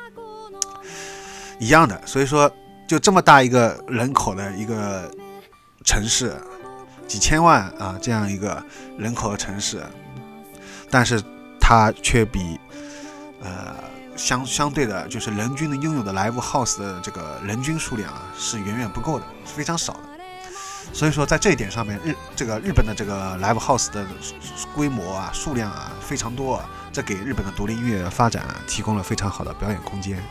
S1: 一样的。所以说，就这么大一个人口的一个城市，几千万啊这样一个人口的城市，但是它却比呃。相相对的，就是人均的拥有的 live house 的这个人均数量啊，是远远不够的，是非常少的。所以说，在这一点上面，日这个日本的这个 live house 的规模啊、数量啊非常多啊，这给日本的独立音乐发展、啊、提供了非常好的表演空间。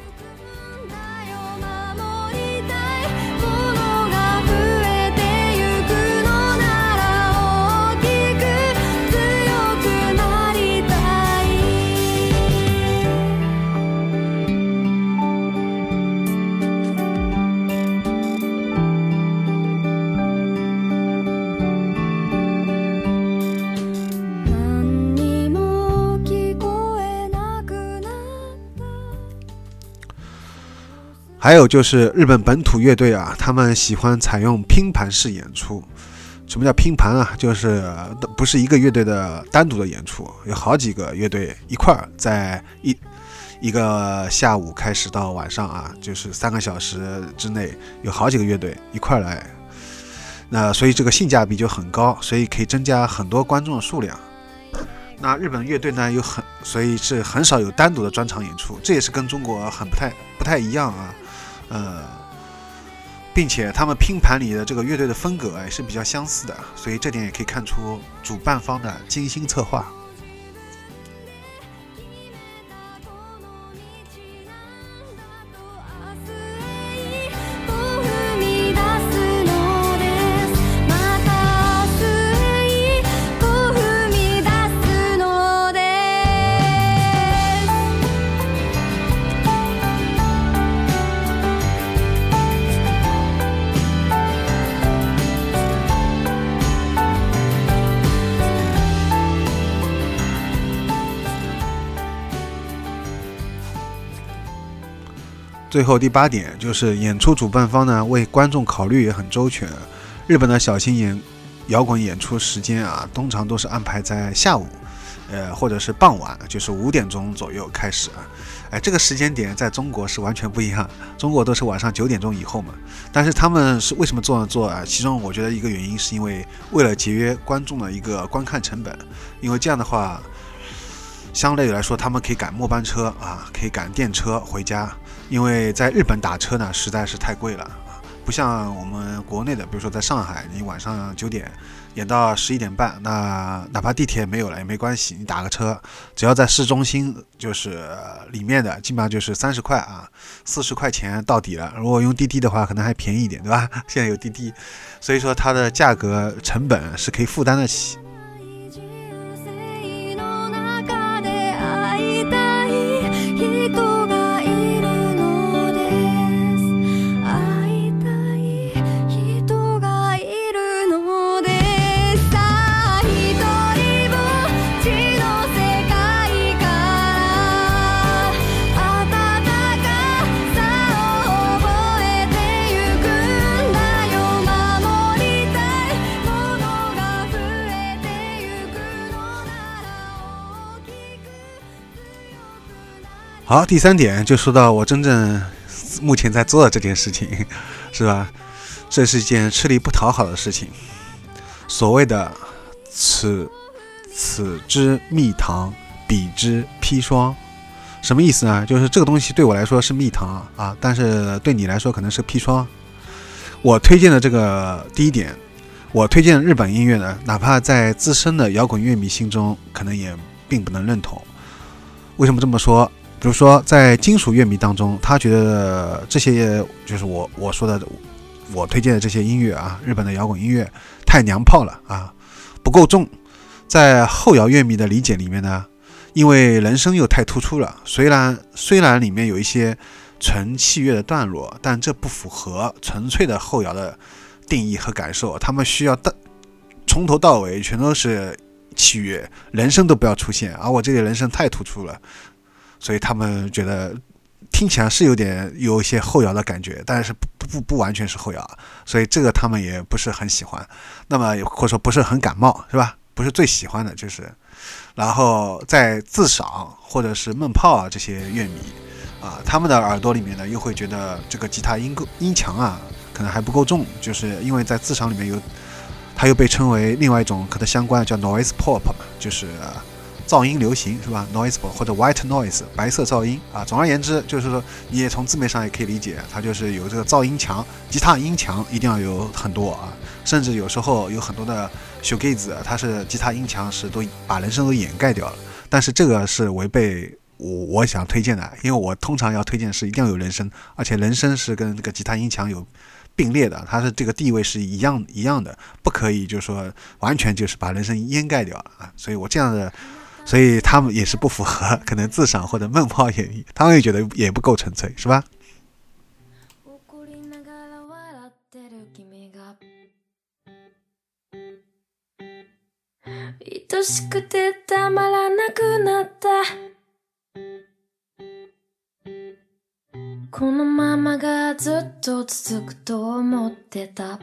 S1: 还有就是日本本土乐队啊，他们喜欢采用拼盘式演出。什么叫拼盘啊？就是不是一个乐队的单独的演出，有好几个乐队一块儿在一一个下午开始到晚上啊，就是三个小时之内，有好几个乐队一块儿来。那所以这个性价比就很高，所以可以增加很多观众的数量。那日本乐队呢，有很所以是很少有单独的专场演出，这也是跟中国很不太不太一样啊。呃，并且他们拼盘里的这个乐队的风格也是比较相似的，所以这点也可以看出主办方的精心策划。最后第八点就是演出主办方呢为观众考虑也很周全。日本的小型演摇滚演出时间啊，通常都是安排在下午，呃或者是傍晚，就是五点钟左右开始。哎，这个时间点在中国是完全不一样，中国都是晚上九点钟以后嘛。但是他们是为什么这样做啊？其中我觉得一个原因是因为为了节约观众的一个观看成本，因为这样的话，相对来说他们可以赶末班车啊，可以赶电车回家。因为在日本打车呢实在是太贵了，不像我们国内的，比如说在上海，你晚上九点演到十一点半，那哪怕地铁没有了也没关系，你打个车，只要在市中心就是里面的，基本上就是三十块啊，四十块钱到底了。如果用滴滴的话，可能还便宜一点，对吧？现在有滴滴，所以说它的价格成本是可以负担得起。好，第三点就说到我真正目前在做的这件事情，是吧？这是一件吃力不讨好的事情。所谓的此此之蜜糖，彼之砒霜，什么意思呢？就是这个东西对我来说是蜜糖啊，但是对你来说可能是砒霜。我推荐的这个第一点，我推荐的日本音乐呢，哪怕在资深的摇滚乐迷心中，可能也并不能认同。为什么这么说？比如说在金属乐迷当中，他觉得这些就是我我说的我推荐的这些音乐啊，日本的摇滚音乐太娘炮了啊，不够重。在后摇乐迷的理解里面呢，因为人声又太突出了，虽然虽然里面有一些纯器乐的段落，但这不符合纯粹的后摇的定义和感受。他们需要从头到尾全都是器乐，人声都不要出现，而我这里人声太突出了，所以他们觉得听起来是有点有一些后摇的感觉，但是不不不完全是后摇，所以这个他们也不是很喜欢，那么或者说不是很感冒，是吧？不是最喜欢的，就是，然后在自赏或者是闷炮啊这些乐迷啊，他们的耳朵里面呢又会觉得这个吉他音音强啊可能还不够重，就是因为在自赏里面有，它又被称为另外一种和它相关叫 noise pop， 就是噪音流行，是吧 ？noise pop 或者 white noise 白色噪音啊。总而言之，就是说你也从字面上也可以理解，它就是有这个噪音强，吉他音强一定要有很多啊，甚至有时候有很多的shoegaze，它是吉他音强是都把人声都掩盖掉了，但是这个是违背我我想推荐的，因为我通常要推荐是一定要有人声，而且人声是跟这个吉他音强有并列的，它是这个地位是一样一样的，不可以就是说完全就是把人声掩盖掉了啊。所以我这样的，所以他们也是不符合可能自赏或者闷炮演绎，他们也觉得也不够纯粹，是吧？
S3: 愛しくてたまらなくなったこのままがずっと続くと思ってた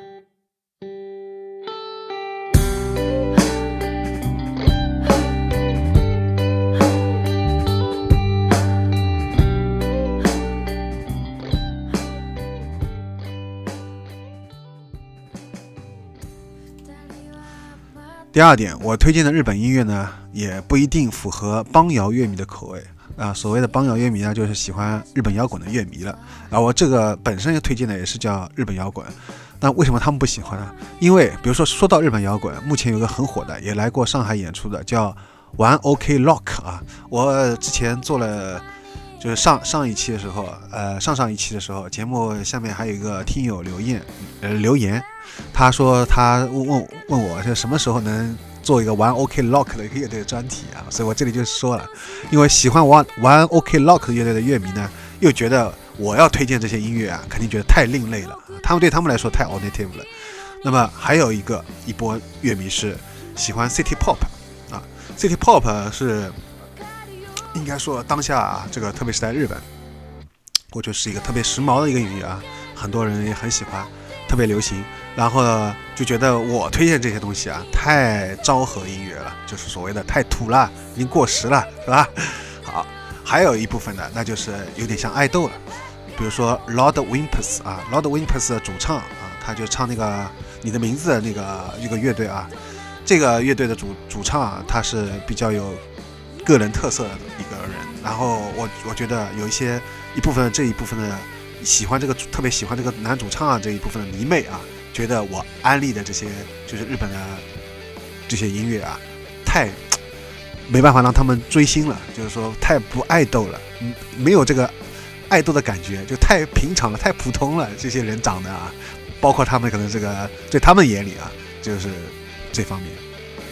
S1: 第二点，我推荐的日本音乐呢，也不一定符合邦摇乐迷的口味啊。所谓的邦摇乐迷呢，就是喜欢日本摇滚的乐迷了。而我这个本身推荐的也是叫日本摇滚。那为什么他们不喜欢呢？因为比如说说到日本摇滚，目前有个很火的，也来过上海演出的，叫玩 OK Rock 啊。我之前做了。就是上上一期的时候，呃，上上一期的时候，节目下面还有一个听友留言，呃，留言，他说他问问问我，这什么时候能做一个玩 OK Rock 的乐队专题啊？所以我这里就说了，因为喜欢玩玩 OK Rock 乐队的乐迷呢，又觉得我要推荐这些音乐啊，肯定觉得太另类了，他们对他们来说太 alternative 了。那么还有一个一波乐迷是喜欢 City Pop 啊 ，City Pop 是。应该说当下啊，这个特别是在日本，我觉得是一个特别时髦的一个音乐啊，很多人也很喜欢，特别流行。然后呢，就觉得我推荐这些东西啊，太昭和音乐了，就是所谓的太土了，已经过时了，是吧？好，还有一部分呢，那就是有点像爱豆了，比如说 Lord Wimpers 啊 ，Lord Wimpers 的主唱啊，他就唱那个你的名字的那个一个乐队啊，这个乐队的主主唱啊，他是比较有个人特色的一个人，然后我我觉得有一些一部分这一部分的喜欢这个特别喜欢这个男主唱啊这一部分的迷妹啊，觉得我安利的这些就是日本的这些音乐啊，太没办法让他们追星了，就是说太不爱豆了，没有这个爱豆的感觉，就太平常了，太普通了，这些人长得啊，包括他们可能这个在他们眼里啊，就是这方面。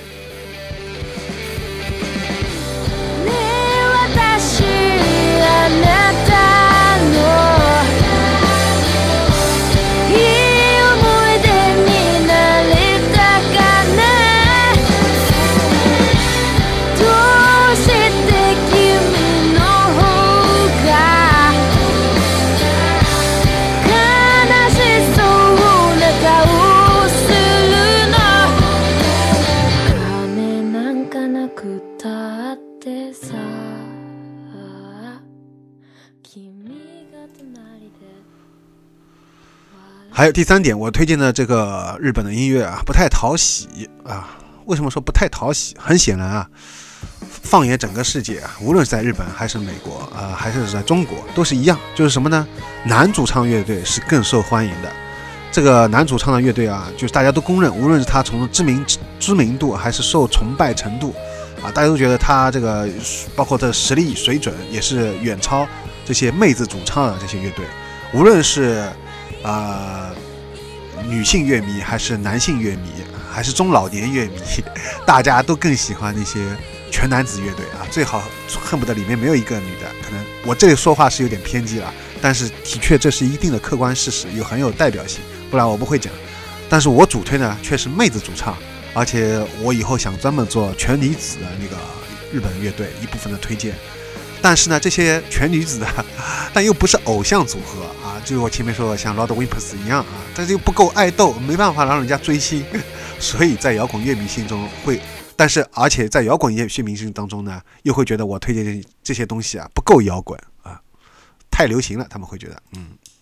S1: 还有第三点，我推荐的这个日本的音乐啊，不太讨喜啊。为什么说不太讨喜？很显然啊，放眼整个世界啊，无论是在日本还是美国啊、呃，还是在中国，都是一样，就是什么呢？男主唱乐队是更受欢迎的。这个男主唱的乐队啊，就是大家都公认，无论是他从知名知名度还是受崇拜程度啊，大家都觉得他这个包括这实力水准也是远超这些妹子主唱的这些乐队，无论是。呃， 女性乐迷还是男性乐迷还是中老年乐迷，大家都更喜欢那些全男子乐队啊，最好恨不得里面没有一个女的。可能我这里说话是有点偏激了，但是的确这是一定的客观事实，有很有代表性，不然我不会讲。但是我主推呢却是妹子主唱，而且我以后想专门做全女子的那个日本乐队一部分的推荐。但是呢，这些全女子的，但又不是偶像组合啊，就是我前面说的像 Lord Wimpers 一样啊，但是又不够爱豆，没办法让人家追星，所以在摇滚乐迷心中会，但是而且在摇滚乐迷心当中呢，又会觉得我推荐这些东西啊不够摇滚啊，太流行了，他们会觉得嗯。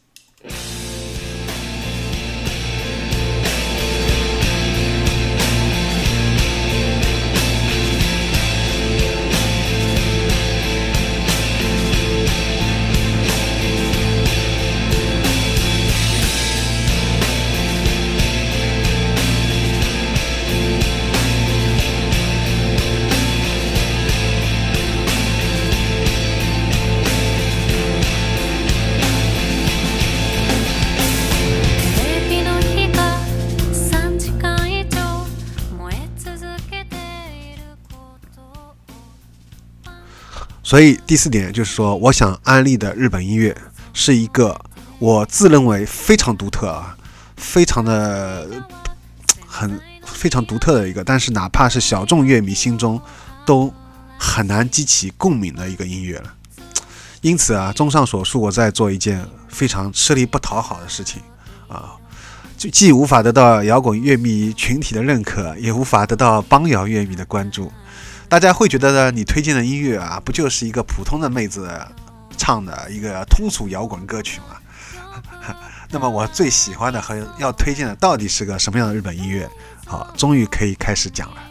S1: 所以第四点就是说，我想安利的日本音乐是一个我自认为非常独特啊，非常的很非常独特的一个，但是哪怕是小众乐迷心中都很难激起共鸣的一个音乐了。因此啊，综上所述，我在做一件非常吃力不讨好的事情啊，就既无法得到摇滚乐迷群体的认可，也无法得到邦摇乐迷的关注。大家会觉得呢，你推荐的音乐啊，不就是一个普通的妹子唱的一个通俗摇滚歌曲吗？那么我最喜欢的和要推荐的到底是个什么样的日本音乐？好，终于可以开始讲了。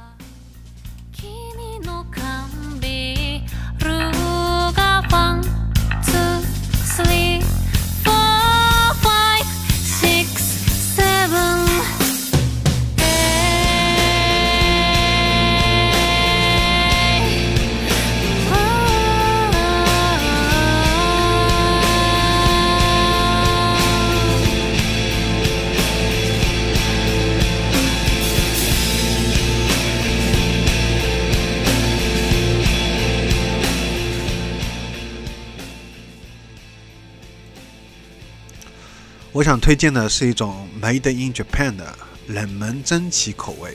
S1: 我想推荐的是一种 Made in Japan 的冷门蒸汽口味。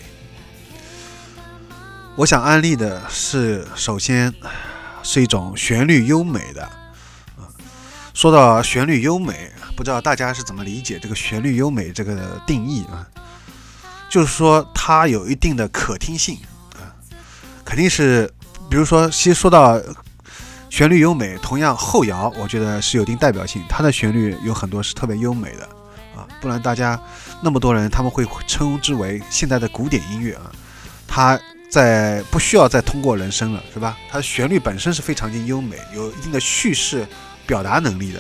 S1: 我想安利的是，首先是一种旋律优美的。说到旋律优美，不知道大家是怎么理解这个旋律优美这个定义啊？就是说它有一定的可听性啊，肯定是，比如说，其实说到旋律优美，同样后摇我觉得是有一定代表性，它的旋律有很多是特别优美的啊，不然大家那么多人他们会称之为现在的古典音乐啊，它在不需要再通过人声了，是吧？它的旋律本身是非常之优美，有一定的叙事表达能力的。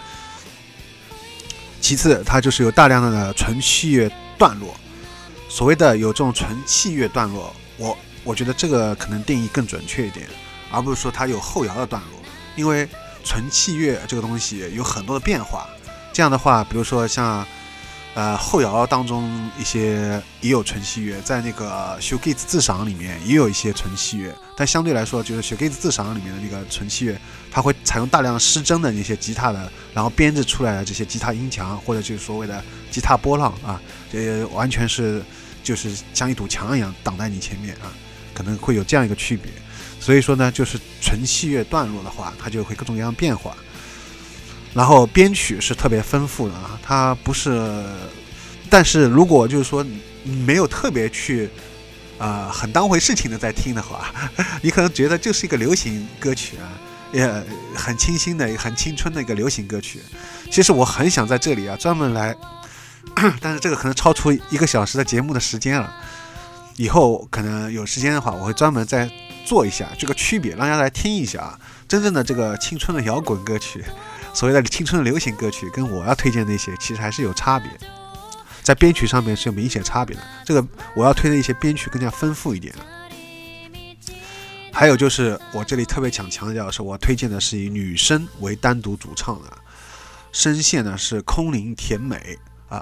S1: 其次，它就是有大量的纯器乐段落，所谓的有这种纯器乐段落，我我觉得这个可能定义更准确一点，而不是说它有后摇的段落，因为纯器乐这个东西有很多的变化。这样的话，比如说像呃后摇当中一些也有纯器乐，在那个 Shoegaze 自赏里面也有一些纯器乐，但相对来说，就是 Shoegaze 自赏里面的那个纯器乐，它会采用大量失真的那些吉他的，然后编制出来的这些吉他音墙，或者就是所谓的吉他波浪啊，这完全是就是像一堵墙一样挡在你前面啊，可能会有这样一个区别。所以说呢，就是纯器乐段落的话，它就会各种各样变化。然后编曲是特别丰富的啊，它不是，但是如果就是说你没有特别去呃很当回事情的在听的话，你可能觉得就是一个流行歌曲啊，也很清新的、很青春的一个流行歌曲。其实我很想在这里啊专门来，但是这个可能超出一个小时的节目的时间了。以后可能有时间的话，我会专门再做一下这个区别，让大家来听一下啊，真正的这个青春的摇滚歌曲，所谓的青春的流行歌曲，跟我要推荐的那些其实还是有差别，在编曲上面是有明显差别的。这个我要推的一些编曲更加丰富一点。还有就是我这里特别想强调的是，我推荐的是以女生为单独主唱的，声线呢是空灵甜美啊，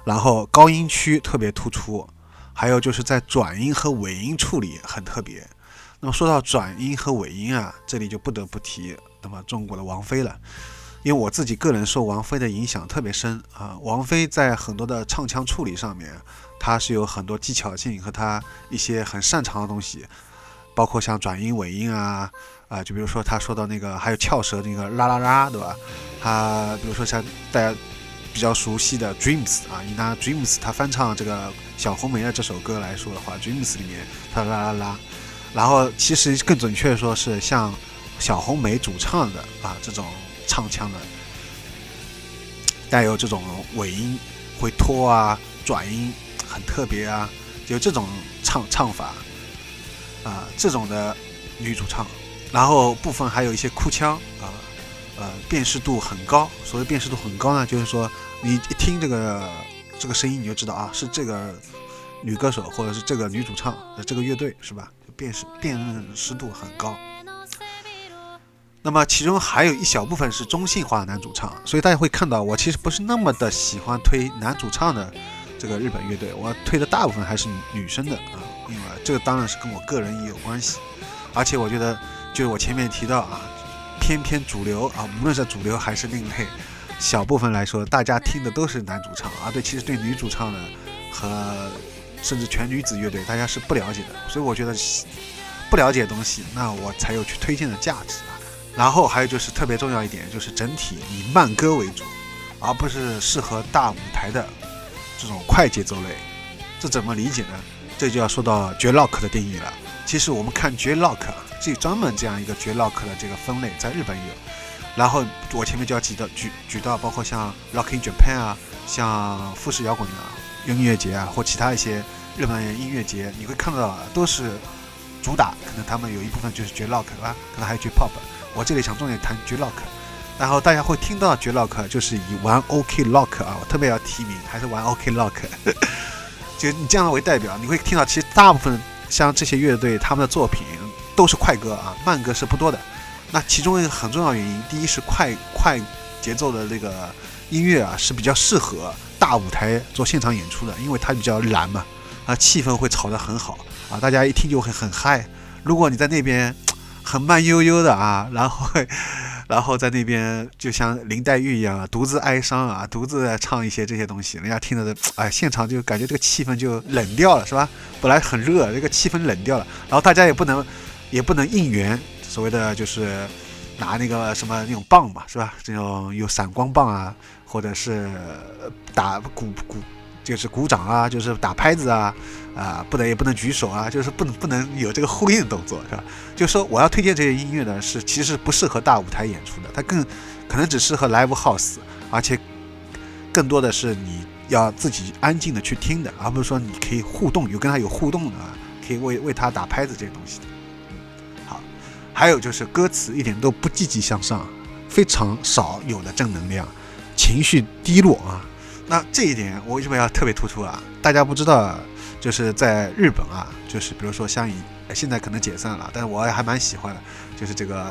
S1: 然后高音区特别突出，还有就是在转音和尾音处理很特别。那么说到转音和尾音啊，这里就不得不提那么中国的王菲了，因为我自己个人受王菲的影响特别深啊。王菲在很多的唱腔处理上面，她是有很多技巧性和她一些很擅长的东西，包括像转音尾音啊啊，就比如说她说到那个还有翘舌那个啦啦啦，对吧？她比如说像大家比较熟悉的 Dreams 啊，你拿 Dreams 她翻唱这个小红梅的这首歌来说的话 ，Dreams 里面她啦啦啦，然后其实更准确说是像小红梅主唱的啊这种唱腔的，带有这种尾音会拖啊，转音很特别啊，就这种唱唱法啊，这种的女主唱，然后部分还有一些哭腔啊，呃，辨识度很高。所谓辨识度很高呢，就是说你一听这个这个声音，你就知道啊，是这个女歌手或者是这个女主唱的这个乐队，是吧？辨识辨识度很高。那么其中还有一小部分是中性化的男主唱，所以大家会看到我其实不是那么的喜欢推男主唱的这个日本乐队，我推的大部分还是女生的啊，因为这个当然是跟我个人也有关系，而且我觉得就是我前面提到啊，偏偏主流啊，无论是主流还是另类，小部分来说，大家听的都是男主唱啊，对，其实对女主唱的和甚至全女子乐队大家是不了解的，所以我觉得不了解的东西，那我才有去推荐的价值啊。然后还有就是特别重要一点，就是整体以慢歌为主，而不是适合大舞台的这种快节奏类。这怎么理解呢？这就要说到绝 rock 的定义了。其实我们看绝 rock， 这专门这样一个绝 rock 的这个分类，在日本也有。然后我前面就要举到举举到，包括像 Rock in Japan 啊，像富士摇滚啊音乐节啊，或其他一些日本音乐节，你会看到都是主打，可能他们有一部分就是绝 rock 啊，可能还有绝 pop。我这里想重点谈绝 rock， 然后大家会听到绝 rock 就是以玩 OK rock 啊，我特别要提名，还是玩 OK rock， 就你这样为代表，你会听到其实大部分像这些乐队他们的作品都是快歌啊，慢歌是不多的。那其中一个很重要的原因，第一是快快节奏的这个音乐啊是比较适合大舞台做现场演出的，因为它比较燃嘛，啊气氛会炒得很好啊，大家一听就会很嗨。如果你在那边很慢悠悠的啊，然后然后在那边就像林黛玉一样啊，独自哀伤啊，独自唱一些这些东西，人家听着哎，现场就感觉这个气氛就冷掉了，是吧？本来很热，这个气氛冷掉了，然后大家也不能也不能应援，所谓的就是拿那个什么那种棒嘛，是吧？这种有闪光棒啊，或者是打鼓鼓。就是鼓掌啊，就是打拍子啊，啊、呃，不能也不能举手啊，就是不能不能有这个呼应动作，是吧？就是说我要推荐这些音乐呢，是其实不适合大舞台演出的，它更可能只适合 live house， 而且更多的是你要自己安静的去听的，而不是说你可以互动，有跟他有互动的，可以为为他打拍子这些东西的。好，还有就是歌词一点都不积极向上，非常少有的正能量，情绪低落啊。那这一点我为什么要特别突出啊？大家不知道，就是在日本啊，就是比如说像以现在可能解散了，但是我还蛮喜欢的，就是这个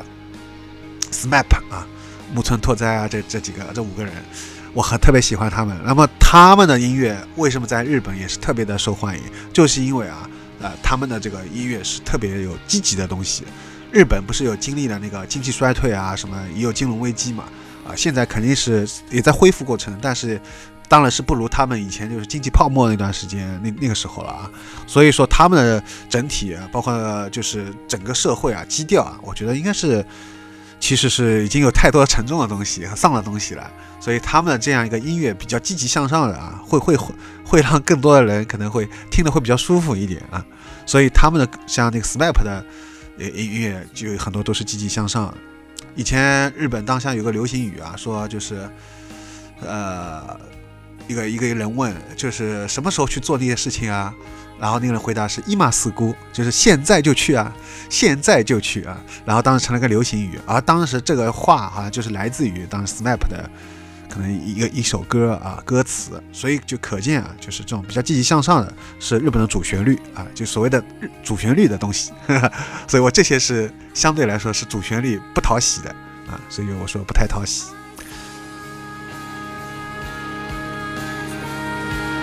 S1: S M A P 啊，木村拓哉啊，这这几个这五个人，我很特别喜欢他们。那么他们的音乐为什么在日本也是特别的受欢迎？就是因为啊，呃，他们的这个音乐是特别有积极的东西。日本不是有经历了那个经济衰退啊，什么也有金融危机嘛，啊，现在肯定是也在恢复过程，但是。当然是不如他们以前就是经济泡沫那段时间那那个时候了啊，所以说他们的整体包括就是整个社会啊基调啊，我觉得应该是其实是已经有太多沉重的东西和丧的东西了，所以他们的这样一个音乐比较积极向上的啊，会会会让更多的人可能会听得会比较舒服一点啊，所以他们的像那个 S M A P 的音乐就很多都是积极向上的。以前日本当下有个流行语啊，说就是呃。一个一个人问，就是什么时候去做这些事情啊？然后那个人回答是今すぐ，就是现在就去啊，现在就去啊。然后当时成了个流行语，而当时这个话好像就是来自于当时 S M A P 的可能一个一首歌啊歌词，所以就可见啊，就是这种比较积极向上的是日本的主旋律啊，就所谓的主旋律的东西。呵呵，所以我这些是相对来说是主旋律不讨喜的啊，所以我说不太讨喜。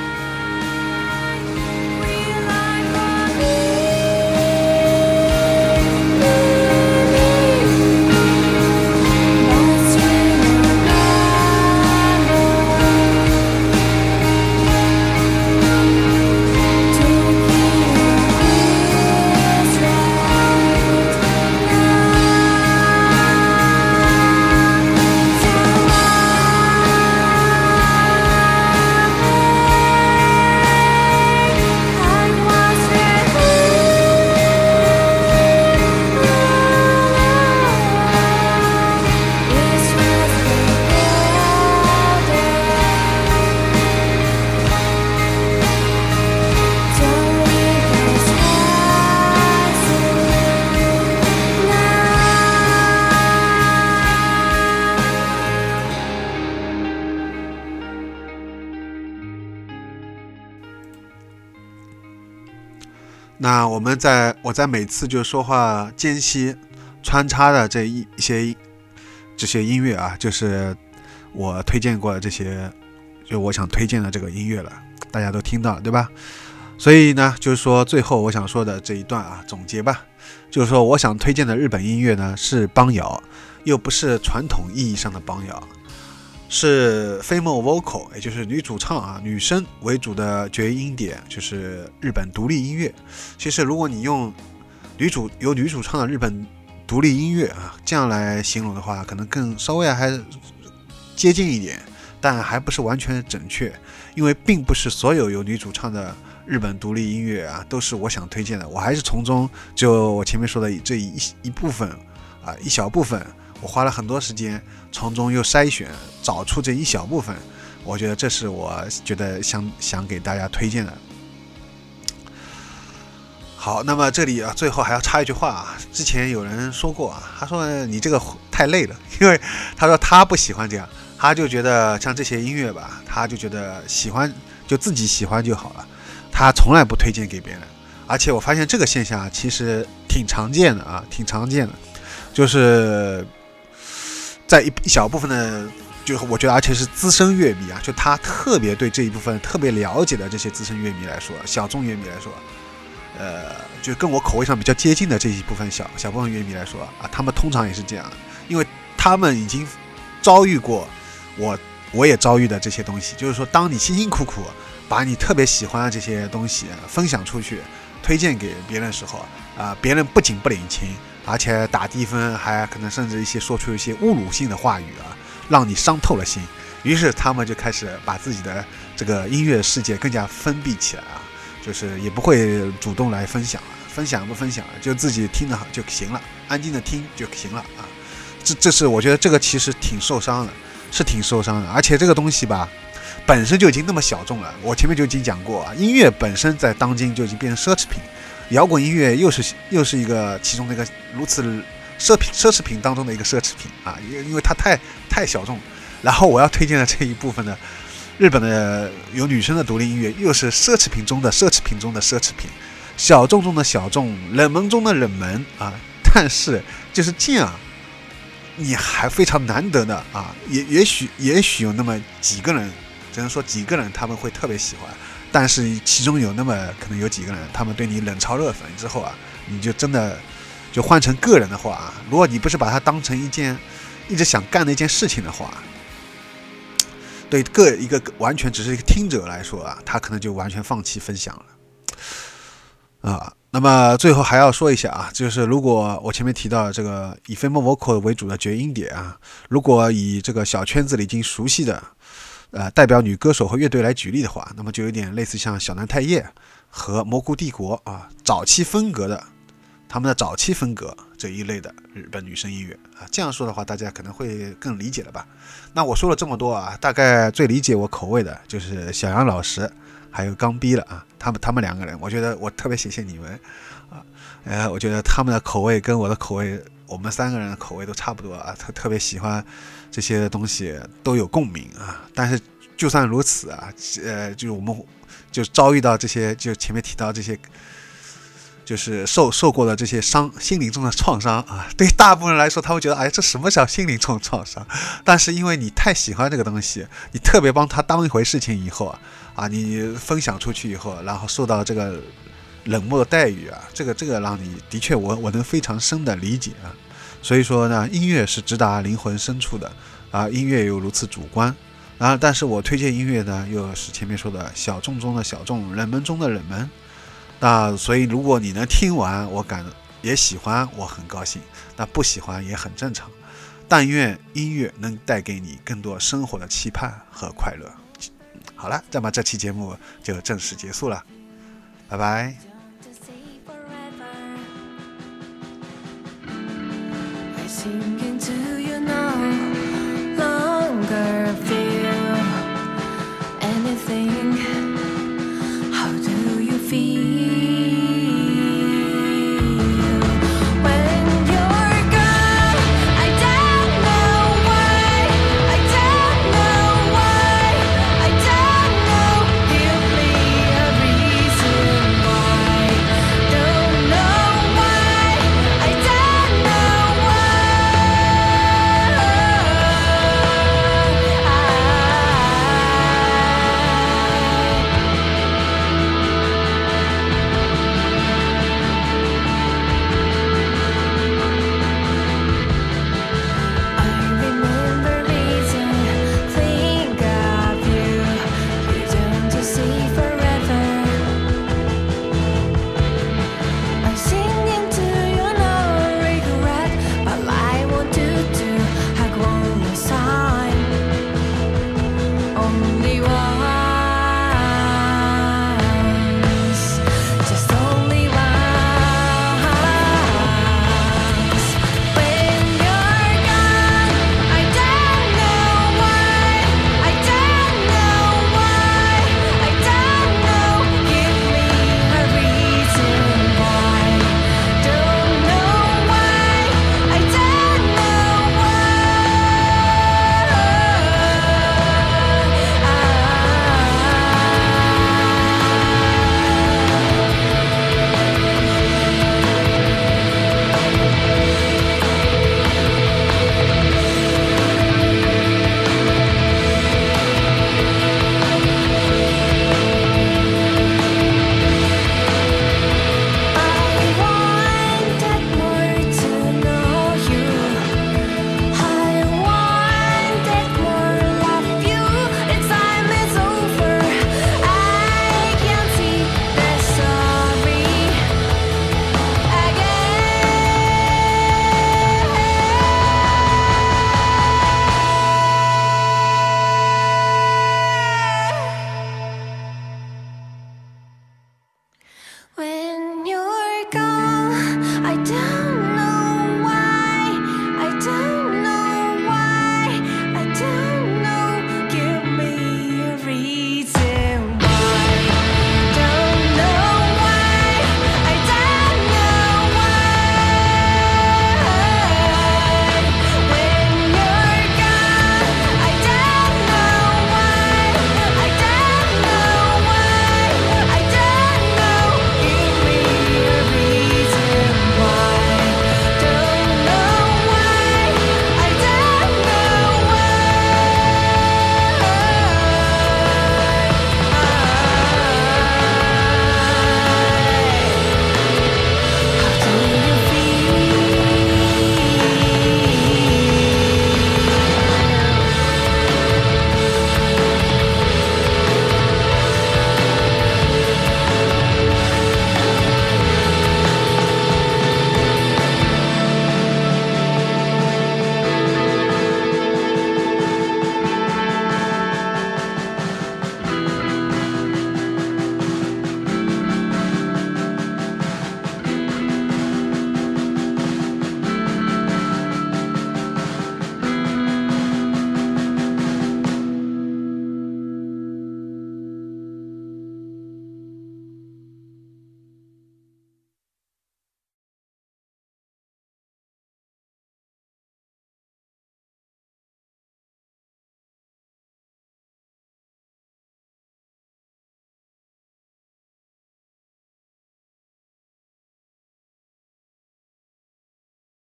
S1: 那我们在我在每次就说话间隙穿插的这一一些这些音乐啊，就是我推荐过的这些，就我想推荐的这个音乐了，大家都听到了对吧？所以呢，就是说最后我想说的这一段啊，总结吧，就是说我想推荐的日本音乐呢是邦谣，又不是传统意义上的邦谣，是 female vocal， 也就是女主唱啊，女生为主的绝音点，就是日本独立音乐。其实如果你用女主由女主唱的日本独立音乐啊这样来形容的话，可能更稍微还接近一点，但还不是完全准确，因为并不是所有由女主唱的日本独立音乐啊都是我想推荐的，我还是从中就我前面说的这一一部分啊一小部分，我花了很多时间从中又筛选找出这一小部分，我觉得这是我觉得想想给大家推荐的。好，那么这里啊最后还要插一句话啊，之前有人说过啊，他说你这个太累了，因为他说他不喜欢这样，他就觉得像这些音乐吧，他就觉得喜欢就自己喜欢就好了，他从来不推荐给别人。而且我发现这个现象其实挺常见的啊，挺常见的，就是在一一小部分的，就是我觉得而且是资深乐迷啊，就他特别对这一部分特别了解的这些资深乐迷来说，小众乐迷来说，呃，就跟我口味上比较接近的这一部分小小部分乐迷来说啊，他们通常也是这样，因为他们已经遭遇过我我也遭遇的这些东西，就是说当你辛辛苦苦把你特别喜欢的这些东西分享出去推荐给别人的时候啊、呃，别人不仅不领情，而且打低分，还可能甚至一些说出一些侮辱性的话语啊，让你伤透了心。于是他们就开始把自己的这个音乐世界更加封闭起来啊，就是也不会主动来分享了，分享不分享就自己听得好就行了，安静的听就行了啊。这这是我觉得这个其实挺受伤的，是挺受伤的，而且这个东西吧本身就已经那么小众了，我前面就已经讲过啊，音乐本身在当今就已经变成奢侈品，摇滚音乐又是又是一个其中的一个如此奢品奢侈品当中的一个奢侈品啊，因为它太太小众。然后我要推荐的这一部分呢，日本的有女生的独立音乐又是奢侈品中的奢侈品中的奢侈品，小众中的小众，冷门中的冷门啊。但是就是这样，你还非常难得的啊，也也许也许有那么几个人，只能说几个人他们会特别喜欢，但是其中有那么可能有几个人，他们对你冷嘲热讽之后啊，你就真的就换成个人的话啊，如果你不是把它当成一件一直想干的一件事情的话，对个一个完全只是一个听者来说啊，他可能就完全放弃分享了啊。那么最后还要说一下啊，就是如果我前面提到这个以 female vocal 为主的绝音点啊，如果以这个小圈子里已经熟悉的呃代表女歌手和乐队来举例的话，那么就有点类似像小南太叶和蘑菇帝国啊早期风格的他们的早期风格这一类的日本女生音乐啊，这样说的话大家可能会更理解了吧。那我说了这么多啊，大概最理解我口味的就是小杨老师还有刚逼了啊，他们他们两个人，我觉得我特别谢谢你们啊，呃，我觉得他们的口味跟我的口味，我们三个人的口味都差不多啊，特特别喜欢这些东西，都有共鸣啊。但是就算如此啊，呃，就是我们就遭遇到这些，就前面提到这些。就是受受过的这些伤，心灵中的创伤啊，对大部分人来说，他会觉得，哎，这什么叫心灵中的创伤？但是因为你太喜欢这个东西，你特别帮他当一回事情以后啊，啊，你分享出去以后，然后受到这个冷漠的待遇啊，这个这个让你的确我我能非常深的理解啊。所以说呢，音乐是直达灵魂深处的啊，音乐又如此主观。然后，但是我推荐音乐呢，又是前面说的小众中的小众，冷门中的冷门。那所以如果你能听完，我感也喜欢，我很高兴，那不喜欢也很正常。但愿音乐能带给你更多生活的期盼和快乐。好了，那么这期节目就正式结束了，拜拜。
S3: I